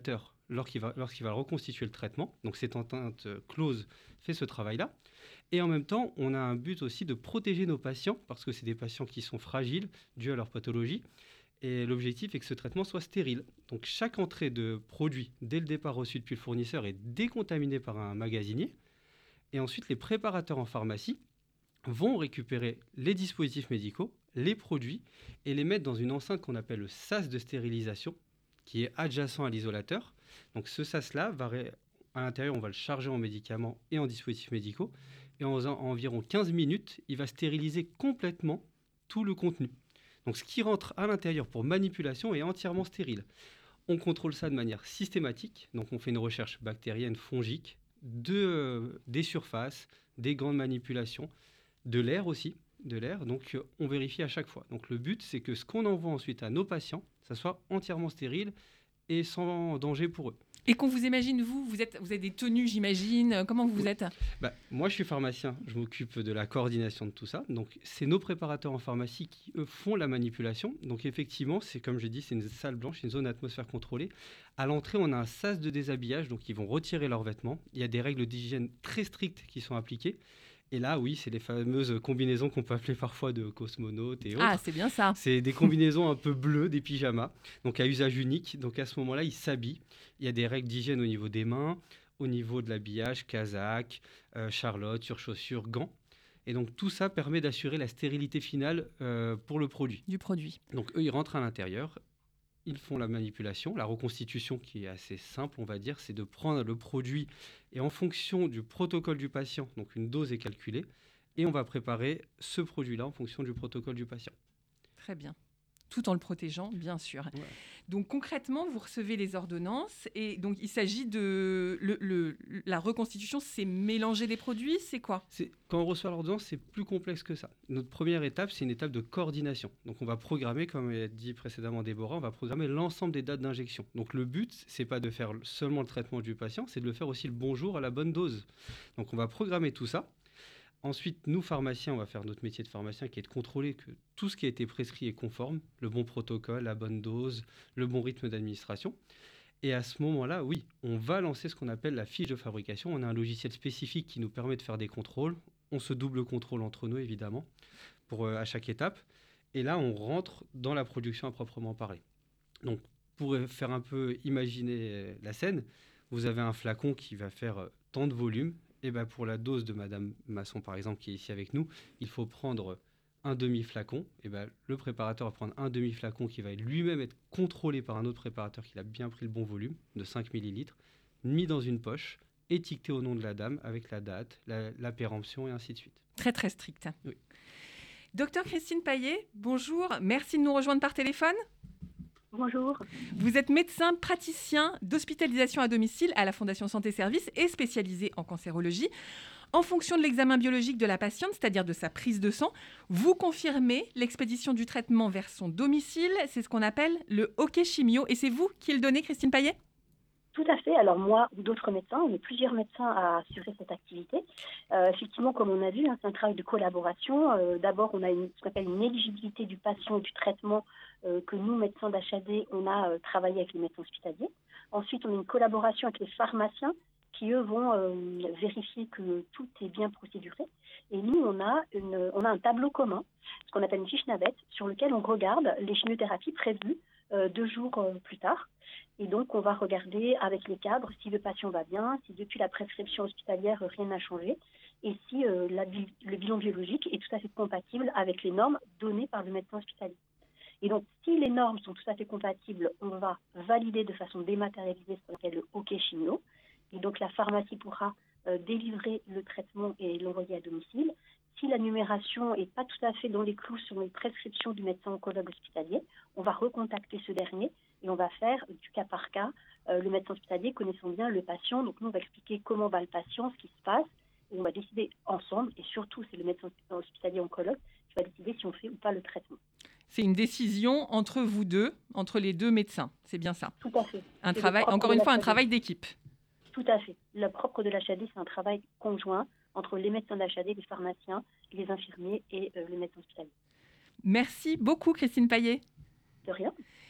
lorsqu'il va, lorsqu'il va reconstituer le traitement. Donc cette enceinte close fait ce travail-là. Et en même temps, on a un but aussi de protéger nos patients, parce que c'est des patients qui sont fragiles, dû à leur pathologie. Et l'objectif est que ce traitement soit stérile. Donc chaque entrée de produit, dès le départ reçu depuis le fournisseur, est décontaminée par un magasinier. Et ensuite, les préparateurs en pharmacie vont récupérer les dispositifs médicaux, les produits, et les mettre dans une enceinte qu'on appelle le sas de stérilisation, qui est adjacent à l'isolateur. Donc ce sas-là, va ré... à l'intérieur, on va le charger en médicaments et en dispositifs médicaux. Et en, en environ quinze minutes, il va stériliser complètement tout le contenu. Donc ce qui rentre à l'intérieur pour manipulation est entièrement stérile. On contrôle ça de manière systématique. Donc on fait une recherche bactérienne, fongique, de, euh, des surfaces, des gants de manipulation, de l'air aussi, de l'air. Donc euh, on vérifie à chaque fois. Donc le but, c'est que ce qu'on envoie ensuite à nos patients, ça soit entièrement stérile et sans danger pour eux. Et qu'on vous imagine, vous, vous êtes, vous avez des tenues, j'imagine. Comment vous, vous êtes ? bah, Moi, je suis pharmacien. Je m'occupe de la coordination de tout ça. Donc, c'est nos préparateurs en pharmacie qui, eux, font la manipulation. Donc, effectivement, c'est comme j'ai dit, c'est une salle blanche, une zone atmosphère contrôlée. À l'entrée, on a un sas de déshabillage. Donc, ils vont retirer leurs vêtements. Il y a des règles d'hygiène très strictes qui sont appliquées. Et là, oui, c'est les fameuses combinaisons qu'on peut appeler parfois de cosmonautes et autres. Ah, c'est bien ça. C'est des combinaisons un peu bleues, des pyjamas, donc à usage unique. Donc à ce moment-là, ils s'habillent. Il y a des règles d'hygiène au niveau des mains, au niveau de l'habillage, casaque, euh, charlotte, surchaussures, gants. Et donc tout ça permet d'assurer la stérilité finale euh, pour le produit. Du produit. Donc eux, ils rentrent à l'intérieur. Ils font la manipulation, la reconstitution qui est assez simple, on va dire, c'est de prendre le produit et en fonction du protocole du patient, donc une dose est calculée, et on va préparer ce produit-là en fonction du protocole du patient. Très bien. Tout en le protégeant, bien sûr. Ouais. Donc concrètement, vous recevez les ordonnances et donc il s'agit de... Le, le, la reconstitution, c'est mélanger des produits, c'est quoi ? c'est, Quand on reçoit l'ordonnance, c'est plus complexe que ça. Notre première étape, c'est une étape de coordination. Donc on va programmer, comme a dit précédemment Déborah, on va programmer l'ensemble des dates d'injection. Donc le but, c'est pas de faire seulement le traitement du patient, c'est de le faire aussi le bon jour à la bonne dose. Donc on va programmer tout ça. Ensuite, nous, pharmaciens, on va faire notre métier de pharmacien qui est de contrôler que tout ce qui a été prescrit est conforme, le bon protocole, la bonne dose, le bon rythme d'administration. Et à ce moment-là, oui, on va lancer ce qu'on appelle la fiche de fabrication. On a un logiciel spécifique qui nous permet de faire des contrôles. On se double contrôle entre nous, évidemment, pour, euh, à chaque étape. Et là, on rentre dans la production à proprement parler. Donc, pour faire un peu imaginer la scène, vous avez un flacon qui va faire euh, tant de volume. Et ben pour la dose de Madame Masson, par exemple, qui est ici avec nous, il faut prendre un demi-flacon. Et ben le préparateur va prendre un demi-flacon qui va lui-même être contrôlé par un autre préparateur qui a bien pris le bon volume, de cinq millilitres, mis dans une poche, étiqueté au nom de la dame, avec la date, la, la péremption et ainsi de suite. Très, très strict. Oui. Docteur Christine Payet, bonjour. Merci de nous rejoindre par téléphone. Bonjour. Vous êtes médecin praticien d'hospitalisation à domicile à la Fondation Santé Service et spécialisé en cancérologie. En fonction de l'examen biologique de la patiente, c'est-à-dire de sa prise de sang, vous confirmez l'expédition du traitement vers son domicile. C'est ce qu'on appelle le hockey chimio. Et c'est vous qui le donnez, Christine Payet ? Tout à fait. Alors moi ou d'autres médecins, on est plusieurs médecins à assurer cette activité. Euh, effectivement, comme on a vu, hein, c'est un travail de collaboration. Euh, d'abord, on a une, ce qu'on appelle une éligibilité du patient du traitement euh, que nous, médecins d'H A D, on a euh, travaillé avec les médecins hospitaliers. Ensuite, on a une collaboration avec les pharmaciens qui, eux, vont euh, vérifier que tout est bien procéduré. Et nous, on a, une, on a un tableau commun, ce qu'on appelle une fiche navette, sur lequel on regarde les chimiothérapies prévues euh, deux jours euh, plus tard. Et donc, on va regarder avec les cadres si le patient va bien, si depuis la prescription hospitalière, rien n'a changé, et si euh, la, le bilan biologique est tout à fait compatible avec les normes données par le médecin hospitalier. Et donc, si les normes sont tout à fait compatibles, on va valider de façon dématérialisée ce qu'on appelle le hockey chimio. Et donc, la pharmacie pourra euh, délivrer le traitement et l'envoyer à domicile. Si la numération n'est pas tout à fait dans les clous selon les prescriptions du médecin oncologue hospitalier, on va recontacter ce dernier et on va faire du cas par cas, euh, le médecin hospitalier connaissant bien le patient. Donc nous, on va expliquer comment va le patient, ce qui se passe, et on va décider ensemble, et surtout c'est le médecin hospitalier oncologue qui va décider si on fait ou pas le traitement. C'est une décision entre vous deux, entre les deux médecins, c'est bien ça ? Tout à fait. Un travail, encore une fois, un travail d'équipe. Tout à fait. Le propre de l'H A D, c'est un travail conjoint entre les médecins de l'H A D, les pharmaciens, les infirmiers et euh, le médecin hospitalier. Merci beaucoup, Christine Payet. De rien.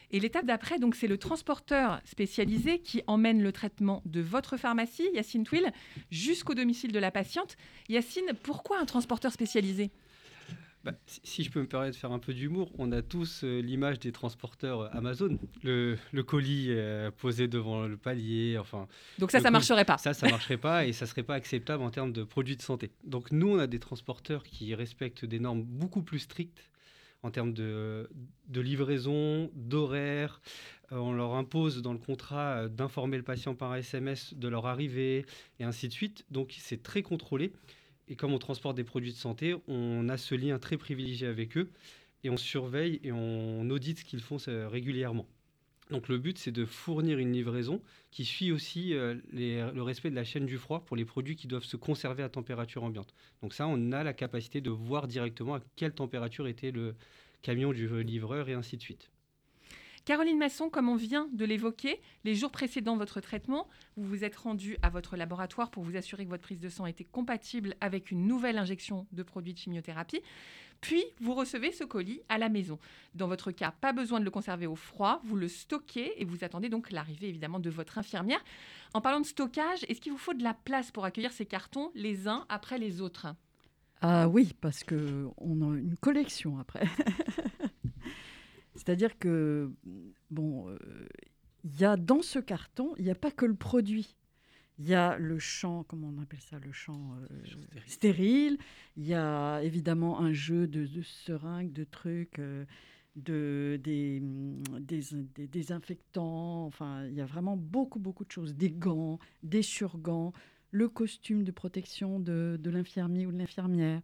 Et l'étape d'après, donc, c'est le transporteur spécialisé qui emmène le traitement de votre pharmacie, Yacine Twill, jusqu'au domicile de la patiente. Yacine, pourquoi un transporteur spécialisé ? Bah, si, si je peux me permettre de faire un peu d'humour, on a tous euh, l'image des transporteurs euh, Amazon, le, le colis euh, posé devant le palier, enfin... Donc ça, ça ne marcherait pas. Ça, ça ne marcherait pas et ça ne serait pas acceptable en termes de produits de santé. Donc nous, on a des transporteurs qui respectent des normes beaucoup plus strictes en termes de, de livraison, d'horaire. Euh, on leur impose dans le contrat euh, d'informer le patient par S M S de leur arrivée et ainsi de suite. Donc c'est très contrôlé. Et comme on transporte des produits de santé, on a ce lien très privilégié avec eux et on surveille et on audite ce qu'ils font euh, régulièrement. Donc le but, c'est de fournir une livraison qui suit aussi euh, les, le respect de la chaîne du froid pour les produits qui doivent se conserver à température ambiante. Donc ça, on a la capacité de voir directement à quelle température était le camion du livreur et ainsi de suite. Caroline Masson, comme on vient de l'évoquer, les jours précédant votre traitement, vous vous êtes rendue à votre laboratoire pour vous assurer que votre prise de sang était compatible avec une nouvelle injection de produits de chimiothérapie. Puis, vous recevez ce colis à la maison. Dans votre cas, pas besoin de le conserver au froid, vous le stockez et vous attendez donc l'arrivée évidemment de votre infirmière. En parlant de stockage, est-ce qu'il vous faut de la place pour accueillir ces cartons les uns après les autres ? Ah oui, parce qu'on a une collection après. C'est-à-dire que, bon, il euh, y a dans ce carton, il n'y a pas que le produit. Il y a le champ, comment on appelle ça, le champ euh, stérile. Il y a évidemment un jeu de, de seringues, de trucs, euh, de, des, des, des désinfectants. Enfin, il y a vraiment beaucoup, beaucoup de choses. Des gants, des surgants, le costume de protection de, de l'infirmier ou de l'infirmière.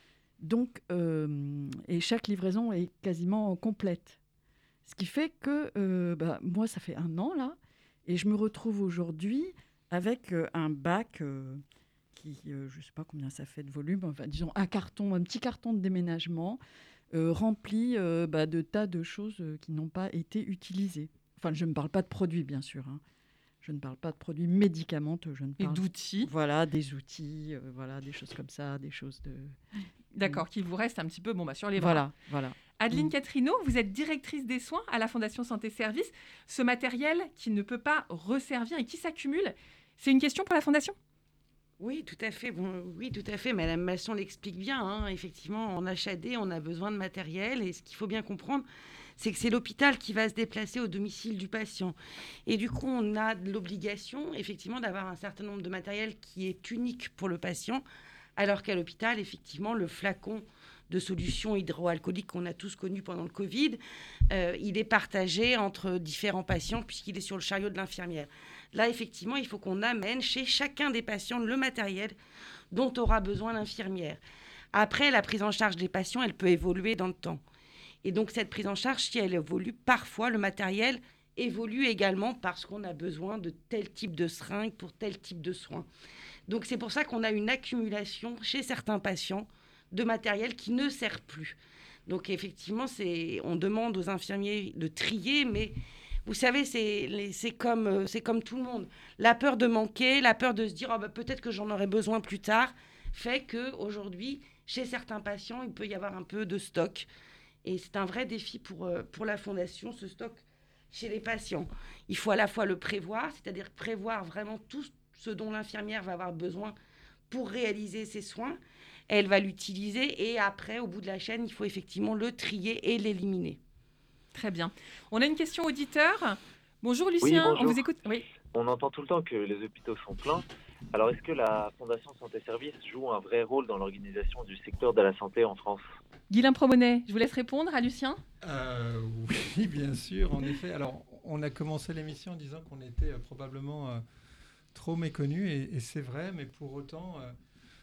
Donc, euh, et chaque livraison est quasiment complète. Ce qui fait que euh, bah, moi, ça fait un an là, et je me retrouve aujourd'hui avec euh, un bac euh, qui, euh, je ne sais pas combien ça fait de volume, enfin, disons un carton, un petit carton de déménagement euh, rempli euh, bah, de tas de choses euh, qui n'ont pas été utilisées. Enfin, je ne parle pas de produits, bien sûr. Hein. Je ne parle pas de produits médicamenteux. Je ne parle... Et d'outils. Voilà, des outils, euh, voilà, des choses comme ça, des choses de... D'accord, qui vous reste un petit peu bon, bah, sur les bras. Voilà, voilà. Adeline Mm. Catrineau, vous êtes directrice des soins à la Fondation Santé Service. Ce matériel qui ne peut pas resservir et qui s'accumule, c'est une question pour la Fondation ? Oui, tout à fait. Bon, oui, tout à fait. Madame Masson l'explique bien. Hein. Effectivement, en H A D, on a besoin de matériel. Et ce qu'il faut bien comprendre, c'est que c'est l'hôpital qui va se déplacer au domicile du patient. Et du coup, on a l'obligation, effectivement, d'avoir un certain nombre de matériel qui est unique pour le patient, alors qu'à l'hôpital, effectivement, le flacon de solutions hydroalcooliques qu'on a tous connu pendant le Covid, euh, il est partagé entre différents patients puisqu'il est sur le chariot de l'infirmière. Là, effectivement, il faut qu'on amène chez chacun des patients le matériel dont aura besoin l'infirmière. Après, la prise en charge des patients, elle peut évoluer dans le temps. Et donc, cette prise en charge, si elle évolue, parfois, le matériel évolue également parce qu'on a besoin de tel type de seringue pour tel type de soins. Donc, c'est pour ça qu'on a une accumulation chez certains patients de matériel qui ne sert plus. Donc, effectivement, c'est, on demande aux infirmiers de trier, mais vous savez, c'est, c'est, comme, c'est comme tout le monde. La peur de manquer, la peur de se dire oh, bah, peut-être que j'en aurai besoin plus tard, fait qu'aujourd'hui, chez certains patients, il peut y avoir un peu de stock. Et c'est un vrai défi pour, pour la Fondation, ce stock chez les patients. Il faut à la fois le prévoir, c'est-à-dire prévoir vraiment tout ce dont l'infirmière va avoir besoin pour réaliser ses soins. Elle va l'utiliser et après, au bout de la chaîne, il faut effectivement le trier et l'éliminer. Très bien. On a une question auditeur. Bonjour Lucien, oui, bonjour. on vous écoute. Oui. On entend tout le temps que les hôpitaux sont pleins. Alors, est-ce que la Fondation Santé Service joue un vrai rôle dans l'organisation du secteur de la santé en France ? Guylain Promonet, je vous laisse répondre à Lucien. Euh, oui, bien sûr, en effet. Alors, on a commencé l'émission en disant qu'on était euh, probablement euh, trop méconnus, et, et c'est vrai, mais pour autant... Euh,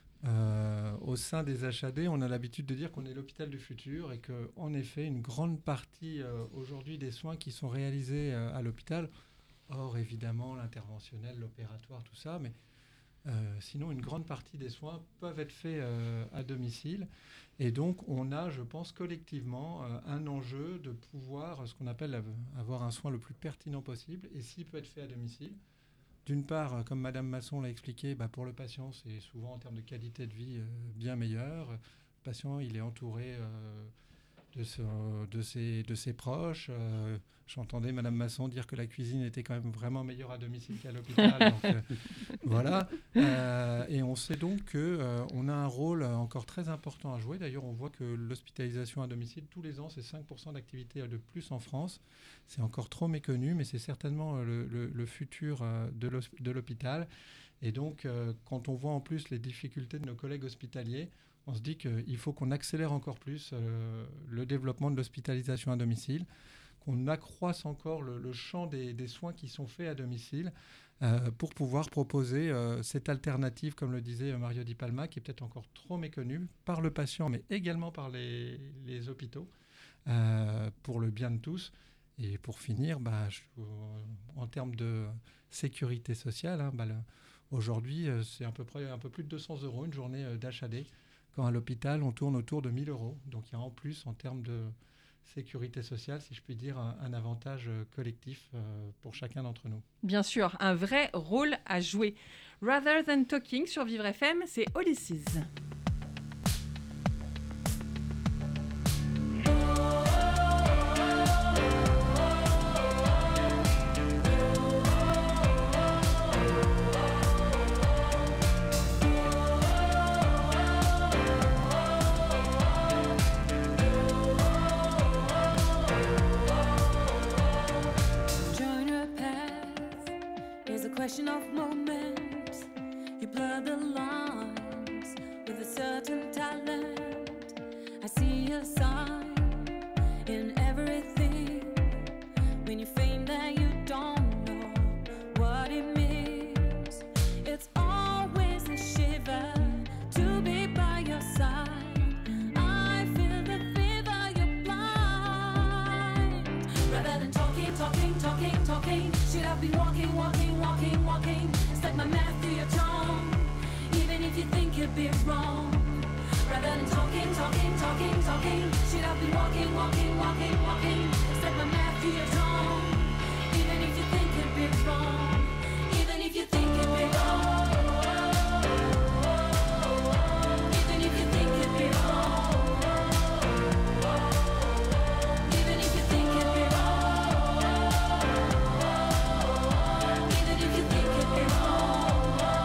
Euh, au sein des H A D, on a l'habitude de dire qu'on est l'hôpital du futur et qu'en effet, une grande partie euh, aujourd'hui des soins qui sont réalisés euh, à l'hôpital, hors évidemment l'interventionnel, l'opératoire, tout ça, mais euh, sinon une grande partie des soins peuvent être faits euh, à domicile. Et donc on a, je pense, collectivement euh, un enjeu de pouvoir, ce qu'on appelle avoir un soin le plus pertinent possible, et s'il peut être fait à domicile. D'une part, comme Madame Masson l'a expliqué, bah pour le patient, c'est souvent en termes de qualité de vie euh, bien meilleur. Le patient, il est entouré euh, de, ce, de, ses, de ses proches. Euh, j'entendais Madame Masson dire que la cuisine était quand même vraiment meilleure à domicile qu'à l'hôpital. donc, euh, voilà. Euh, et on sait donc qu'on euh, a un rôle encore très important à jouer. D'ailleurs, on voit que l'hospitalisation à domicile, tous les ans, c'est cinq pour cent d'activité de plus en France. C'est encore trop méconnu, mais c'est certainement le, le, le futur de l'hôpital. Et donc, euh, quand on voit en plus les difficultés de nos collègues hospitaliers, on se dit qu'il faut qu'on accélère encore plus euh, le développement de l'hospitalisation à domicile, qu'on accroisse encore le, le champ des, des soins qui sont faits à domicile euh, pour pouvoir proposer euh, cette alternative, comme le disait Mario Di Palma, qui est peut-être encore trop méconnue par le patient, mais également par les, les hôpitaux, euh, pour le bien de tous. Et pour finir, bah, je, en termes de sécurité sociale, hein, bah, le, aujourd'hui, c'est à peu près un peu plus de deux cents euros une journée d'H A D. Quand à l'hôpital, on tourne autour de mille euros. Donc il y a en plus, en termes de sécurité sociale, si je puis dire, un, un avantage collectif euh, pour chacun d'entre nous. Bien sûr, un vrai rôle à jouer. Rather Than Talking sur Vivre F M, c'est Olysses. Of moments, you blur the lines with a certain talent. I see a sign in everything when you feign that you don't know what it means. It's always a shiver to be by your side. I feel the fever, you're blind. Rather than talking, talking, talking, talking, should I be walking, walking, walking, walking? Stuck my mouth through your tongue, even if you think you'd be wrong. Rather than talking, talking, talking, talking, should I be walking, walking, walking, walking? Stuck my mouth through your tongue, even if you think you'd be wrong. Even if you think you'd be wrong. Even if you think you'd be wrong. Even if you think you'd be wrong. Even if you think you'd be wrong.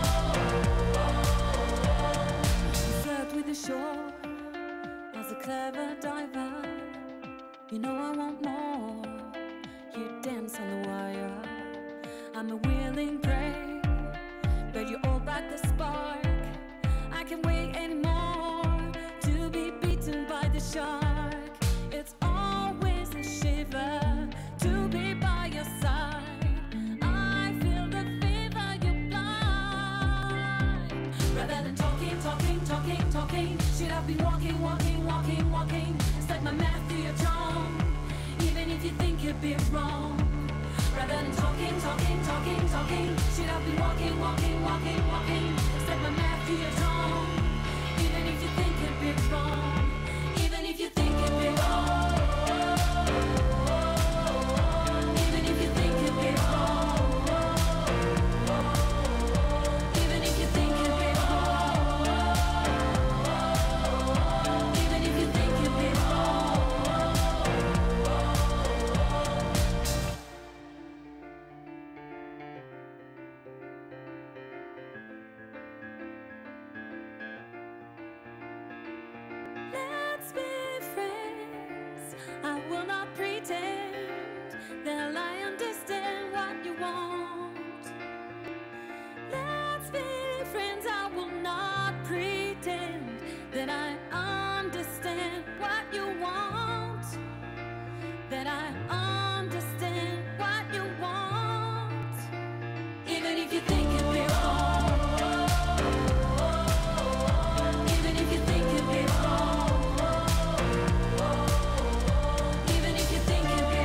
You flirt with the shore as a clever diver. You know I want more. You dance on the wire. I'm a willing prey, but you're all but the spark. I can't wait anymore to be beaten by the shark. It's always a shiver to be by your side. I feel the fever, you're blind. Rather than talking, talking, talking, talking, should I be walking, walking, walking, walking? Stuck my mouth through your tongue, even if you think you'd be wrong. Rather than talking, talking, talking, talking, should I be walking, walking, walking, walking? Stuck my mouth through your tongue, even if you think you'd be wrong. Even if you think you'd be wrong. Even if you think you'd be wrong. Even if you think you'd be wrong. Even if you think you'd be wrong. Let's be friends. I will not pretend that I understand what you want. Let's be friends. I will not pretend that I understand what you want. That I understand what you want. Even if you think you'd be wrong. Even if you think you'd be wrong. Even if you think you'd be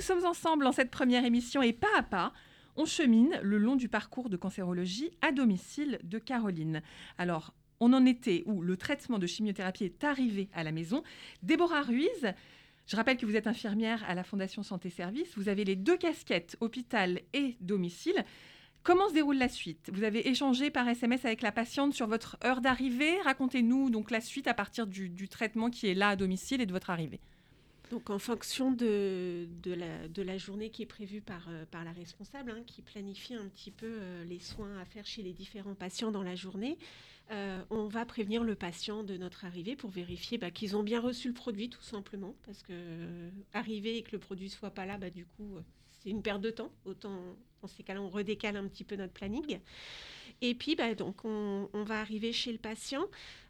sommes ensemble en cette première émission et pas à pas, on chemine le long du parcours de cancérologie à domicile de Caroline. Alors, on en était où le traitement de chimiothérapie est arrivé à la maison. Déborah Ruiz, je rappelle que vous êtes infirmière à la Fondation Santé Service. Vous avez les deux casquettes, hôpital et domicile. Comment se déroule la suite ? Vous avez échangé par S M S avec la patiente sur votre heure d'arrivée. Racontez-nous donc la suite à partir du, du traitement qui est là à domicile et de votre arrivée. Donc, en fonction de, de, la, de la journée qui est prévue par, euh, par la responsable, hein, qui planifie un petit peu euh, les soins à faire chez les différents patients dans la journée, euh, on va prévenir le patient de notre arrivée pour vérifier bah, qu'ils ont bien reçu le produit, tout simplement. Parce que euh, arriver et que le produit ne soit pas là, bah, du coup, euh, c'est une perte de temps. Autant, dans ces cas-là, on redécale un petit peu notre planning. Et puis, bah, donc, on, on va arriver chez le patient.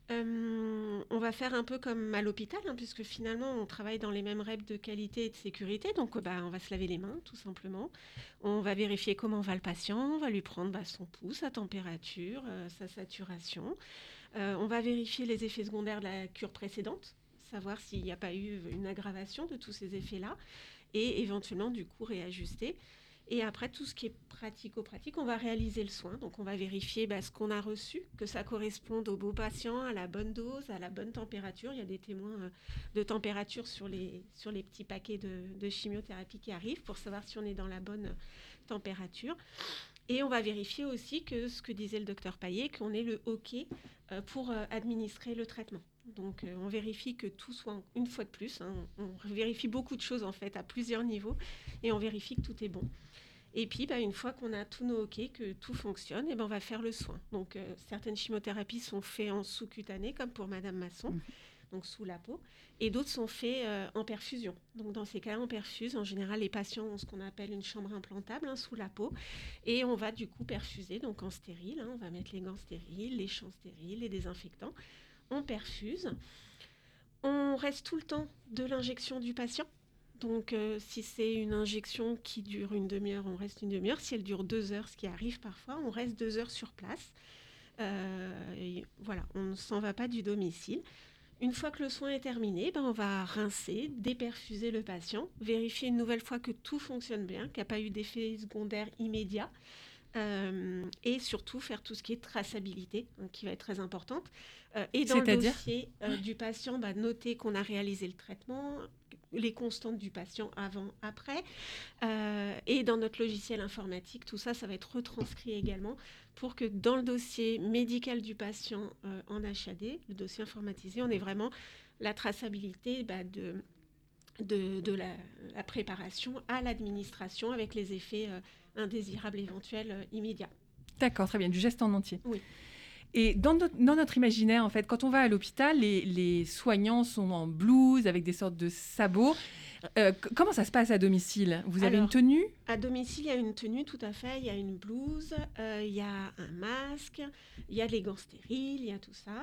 Euh, on va faire un peu comme à l'hôpital, hein, puisque finalement on travaille dans les mêmes règles de qualité et de sécurité. Donc bah, on va se laver les mains tout simplement. On va vérifier comment va le patient, on va lui prendre bah, son pouls, sa température, euh, sa saturation. Euh, on va vérifier les effets secondaires de la cure précédente, savoir s'il n'y a pas eu une aggravation de tous ces effets-là et éventuellement du coup réajuster. Et après, tout ce qui est pratico-pratique, on va réaliser le soin. Donc, on va vérifier bah, ce qu'on a reçu, que ça corresponde au beau patient, à la bonne dose, à la bonne température. Il y a des témoins euh, de température sur les, sur les petits paquets de, de chimiothérapie qui arrivent pour savoir si on est dans la bonne température. Et on va vérifier aussi que ce que disait le docteur Payet, qu'on ait le OK euh, pour euh, administrer le traitement. Donc, euh, on vérifie que tout soit, une fois de plus, hein, on vérifie beaucoup de choses en fait à plusieurs niveaux et on vérifie que tout est bon. Et puis, bah, une fois qu'on a tous nos OK, que tout fonctionne, et ben, on va faire le soin. Donc, euh, certaines chimiothérapies sont faites en sous-cutané, comme pour Madame Masson, mmh. donc sous la peau, et d'autres sont faites euh, en perfusion. Donc, dans ces cas-là, on perfuse. En général, les patients ont ce qu'on appelle une chambre implantable hein, sous la peau, et on va du coup perfuser, donc en stérile. Hein, on va mettre les gants stériles, les champs stériles, les désinfectants. On perfuse. On reste tout le temps de l'injection du patient. Donc, euh, si c'est une injection qui dure une demi-heure, on reste une demi-heure. Si elle dure deux heures, ce qui arrive parfois, on reste deux heures sur place. Euh, et voilà, on ne s'en va pas du domicile. Une fois que le soin est terminé, ben, on va rincer, déperfuser le patient, vérifier une nouvelle fois que tout fonctionne bien, qu'il n'y a pas eu d'effet secondaire immédiat. Euh, et surtout faire tout ce qui est traçabilité, donc, qui va être très importante. Euh, et dans C'est-à-dire le dossier euh, du patient, bah, noter qu'on a réalisé le traitement, les constantes du patient avant, après. Euh, et dans notre logiciel informatique, tout ça, ça va être retranscrit également pour que dans le dossier médical du patient euh, en H A D, le dossier informatisé, on ait vraiment la traçabilité bah, de, de, de la, la préparation à l'administration avec les effets euh, indésirables éventuels euh, immédiats. D'accord, très bien, du geste en entier. Oui. Et dans notre, dans notre imaginaire, en fait, quand on va à l'hôpital, les, les soignants sont en blouse avec des sortes de sabots. Euh, c- comment ça se passe à domicile ? Vous avez Alors, une tenue ? À domicile, il y a une tenue, tout à fait. Il y a une blouse, euh, il y a un masque, il y a les gants stériles, il y a tout ça.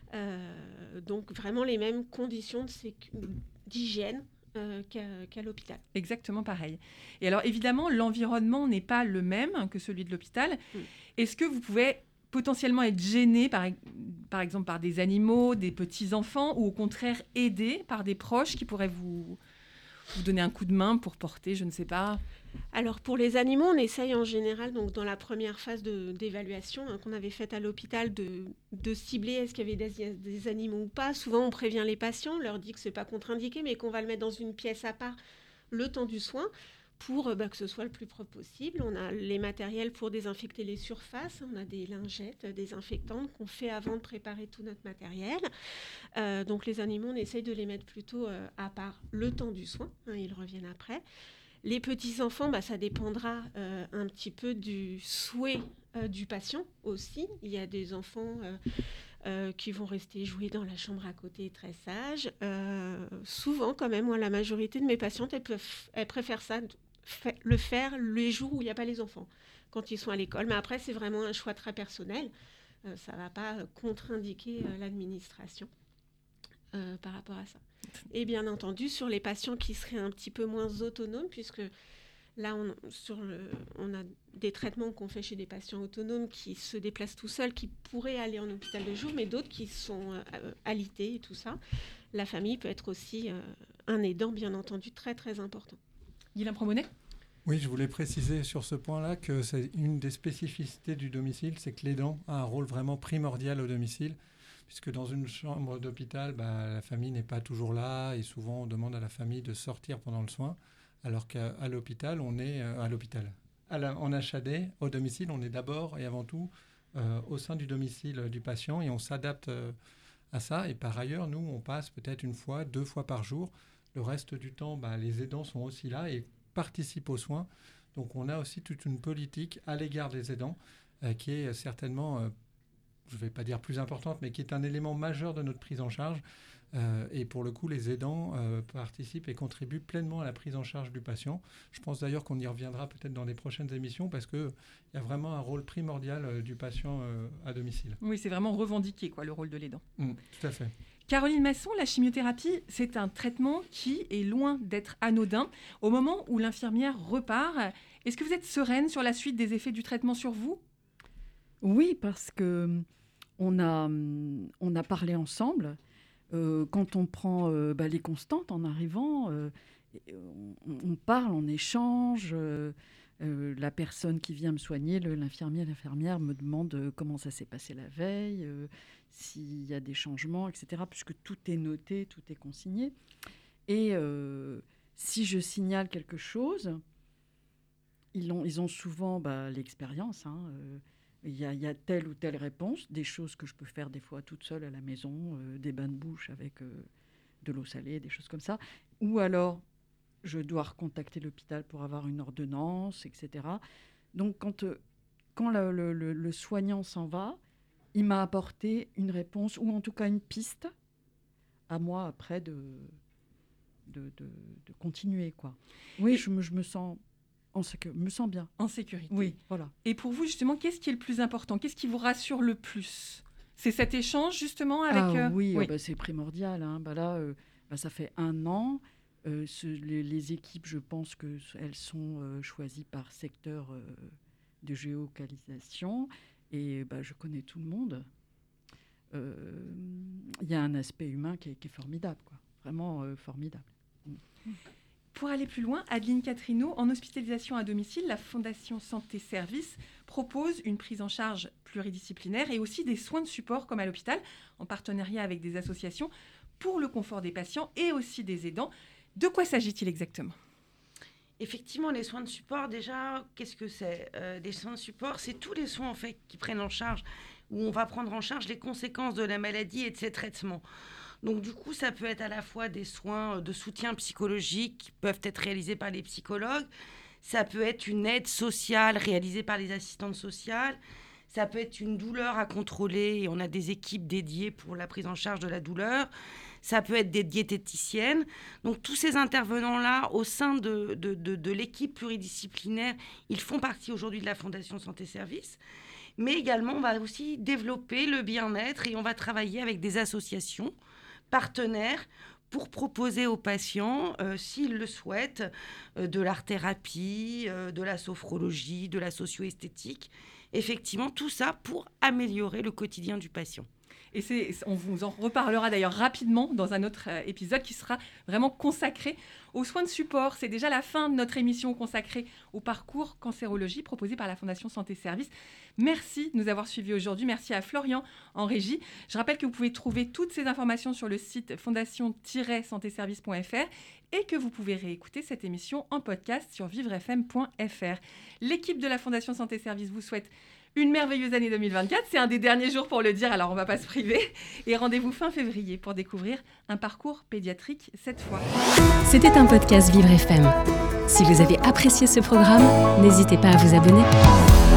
Euh, donc, vraiment les mêmes conditions de sécu- d'hygiène euh, qu'à, qu'à l'hôpital. Exactement pareil. Et alors, évidemment, l'environnement n'est pas le même que celui de l'hôpital. Mm. Est-ce que vous pouvez potentiellement être gêné, par, par exemple, par des animaux, des petits-enfants, ou au contraire aidé par des proches qui pourraient vous, vous donner un coup de main pour porter, je ne sais pas. Alors pour les animaux, on essaye en général, donc dans la première phase de, d'évaluation hein, qu'on avait faite à l'hôpital, de, de cibler est-ce qu'il y avait des, des animaux ou pas. Souvent on prévient les patients, on leur dit que c'est pas contre-indiqué, mais qu'on va le mettre dans une pièce à part le temps du soin pour bah, que ce soit le plus propre possible. On a les matériels pour désinfecter les surfaces, on a des lingettes désinfectantes qu'on fait avant de préparer tout notre matériel. Euh, donc les animaux, on essaye de les mettre plutôt euh, à part le temps du soin, hein, ils reviennent après. Les petits-enfants, bah, ça dépendra euh, un petit peu du souhait euh, du patient aussi. Il y a des enfants euh, euh, qui vont rester jouer dans la chambre à côté très sages. Euh, souvent, quand même, moi, la majorité de mes patientes, elles, peuvent, elles préfèrent ça, fa- le faire les jours où il n'y a pas les enfants, quand ils sont à l'école. Mais après, c'est vraiment un choix très personnel. Euh, ça ne va pas euh, contre-indiquer euh, l'administration euh, par rapport à ça. Et bien entendu, sur les patients qui seraient un petit peu moins autonomes, puisque là, on, sur le, on a des traitements qu'on fait chez des patients autonomes qui se déplacent tout seuls, qui pourraient aller en hôpital de jour, mais d'autres qui sont euh, alités et tout ça. La famille peut être aussi euh, un aidant, bien entendu, très, très important. Guylain Promonet ? Oui, je voulais préciser sur ce point-là que c'est une des spécificités du domicile, c'est que l'aidant a un rôle vraiment primordial au domicile, puisque dans une chambre d'hôpital, bah, la famille n'est pas toujours là et souvent on demande à la famille de sortir pendant le soin, alors qu'à à l'hôpital, on est euh, à l'hôpital. À la, en H A D, au domicile, on est d'abord et avant tout euh, au sein du domicile du patient et on s'adapte euh, à ça. Et par ailleurs, nous, on passe peut-être une fois, deux fois par jour. Le reste du temps, bah, les aidants sont aussi là et participent aux soins. Donc on a aussi toute une politique à l'égard des aidants euh, qui est certainement, euh, je ne vais pas dire plus importante, mais qui est un élément majeur de notre prise en charge. Euh, et pour le coup, les aidants euh, participent et contribuent pleinement à la prise en charge du patient. Je pense d'ailleurs qu'on y reviendra peut-être dans les prochaines émissions parce qu'il y a vraiment un rôle primordial euh, du patient euh, à domicile. Oui, c'est vraiment revendiqué, quoi, le rôle de l'aidant. Mmh, tout à fait. Caroline Masson, la chimiothérapie, c'est un traitement qui est loin d'être anodin. Au moment où l'infirmière repart, est-ce que vous êtes sereine sur la suite des effets du traitement sur vous ? Oui, parce qu'on a, on a parlé ensemble. Euh, quand on prend euh, bah, les constantes en arrivant, euh, on, on parle, on échange. Euh, euh, la personne qui vient me soigner, le, l'infirmier, l'infirmière me demande euh, comment ça s'est passé la veille, euh, s'il y a des changements, et cetera, puisque tout est noté, tout est consigné. Et euh, si je signale quelque chose, ils ont, ils ont souvent bah, l'expérience, hein, euh, Il y, a, il y a telle ou telle réponse, des choses que je peux faire des fois toute seule à la maison, euh, des bains de bouche avec euh, de l'eau salée, des choses comme ça. Ou alors, je dois recontacter l'hôpital pour avoir une ordonnance, et cetera. Donc, quand, euh, quand le, le, le, le soignant s'en va, il m'a apporté une réponse, ou en tout cas une piste, à moi après de, de, de, de continuer, quoi. Oui, je me, je me sens... En sécu- me sens bien. En sécurité. Oui, voilà. Et pour vous, justement, qu'est-ce qui est le plus important ? Qu'est-ce qui vous rassure le plus ? C'est cet échange, justement, avec... Ah, euh... oui, oui. Oh, bah, c'est primordial. Hein. Bah, là, euh, bah, ça fait un an. Euh, ce, les, les équipes, je pense qu'elles sont euh, choisies par secteur euh, de géolocalisation. Et bah, je connais tout le monde. Il euh, y a un aspect humain qui est, qui est formidable, quoi. Vraiment euh, formidable. Mm. Pour aller plus loin, Adeline Catrineau, en hospitalisation à domicile, la Fondation Santé Service propose une prise en charge pluridisciplinaire et aussi des soins de support comme à l'hôpital, en partenariat avec des associations pour le confort des patients et aussi des aidants. De quoi s'agit-il exactement ? Effectivement, les soins de support, déjà, qu'est-ce que c'est ? euh, Des soins de support, c'est tous les soins en fait qui prennent en charge, où on va prendre en charge les conséquences de la maladie et de ses traitements. Donc du coup, ça peut être à la fois des soins de soutien psychologique qui peuvent être réalisés par les psychologues, ça peut être une aide sociale réalisée par les assistantes sociales, ça peut être une douleur à contrôler et on a des équipes dédiées pour la prise en charge de la douleur, ça peut être des diététiciennes. Donc tous ces intervenants-là, au sein de, de, de, de l'équipe pluridisciplinaire, ils font partie aujourd'hui de la Fondation Santé Service. Mais également, on va aussi développer le bien-être et on va travailler avec des associations partenaires pour proposer aux patients, euh, s'ils le souhaitent, euh, de l'art-thérapie, euh, de la sophrologie, de la socio-esthétique. Effectivement, tout ça pour améliorer le quotidien du patient. Et c'est, on vous en reparlera d'ailleurs rapidement dans un autre euh, épisode qui sera vraiment consacré aux soins de support. C'est déjà la fin de notre émission consacrée au parcours cancérologie proposé par la Fondation Santé Service. Merci de nous avoir suivis aujourd'hui. Merci à Florian en régie. Je rappelle que vous pouvez trouver toutes ces informations sur le site fondation tiret santé service point f r et que vous pouvez réécouter cette émission en podcast sur vivre f m point f r. L'équipe de la Fondation Santé Service vous souhaite une merveilleuse année deux mille vingt-quatre. C'est un des derniers jours pour le dire, alors on ne va pas se priver. Et rendez-vous fin février pour découvrir un parcours pédiatrique cette fois. C'était un podcast Vivre F M. Si vous avez apprécié ce programme, n'hésitez pas à vous abonner.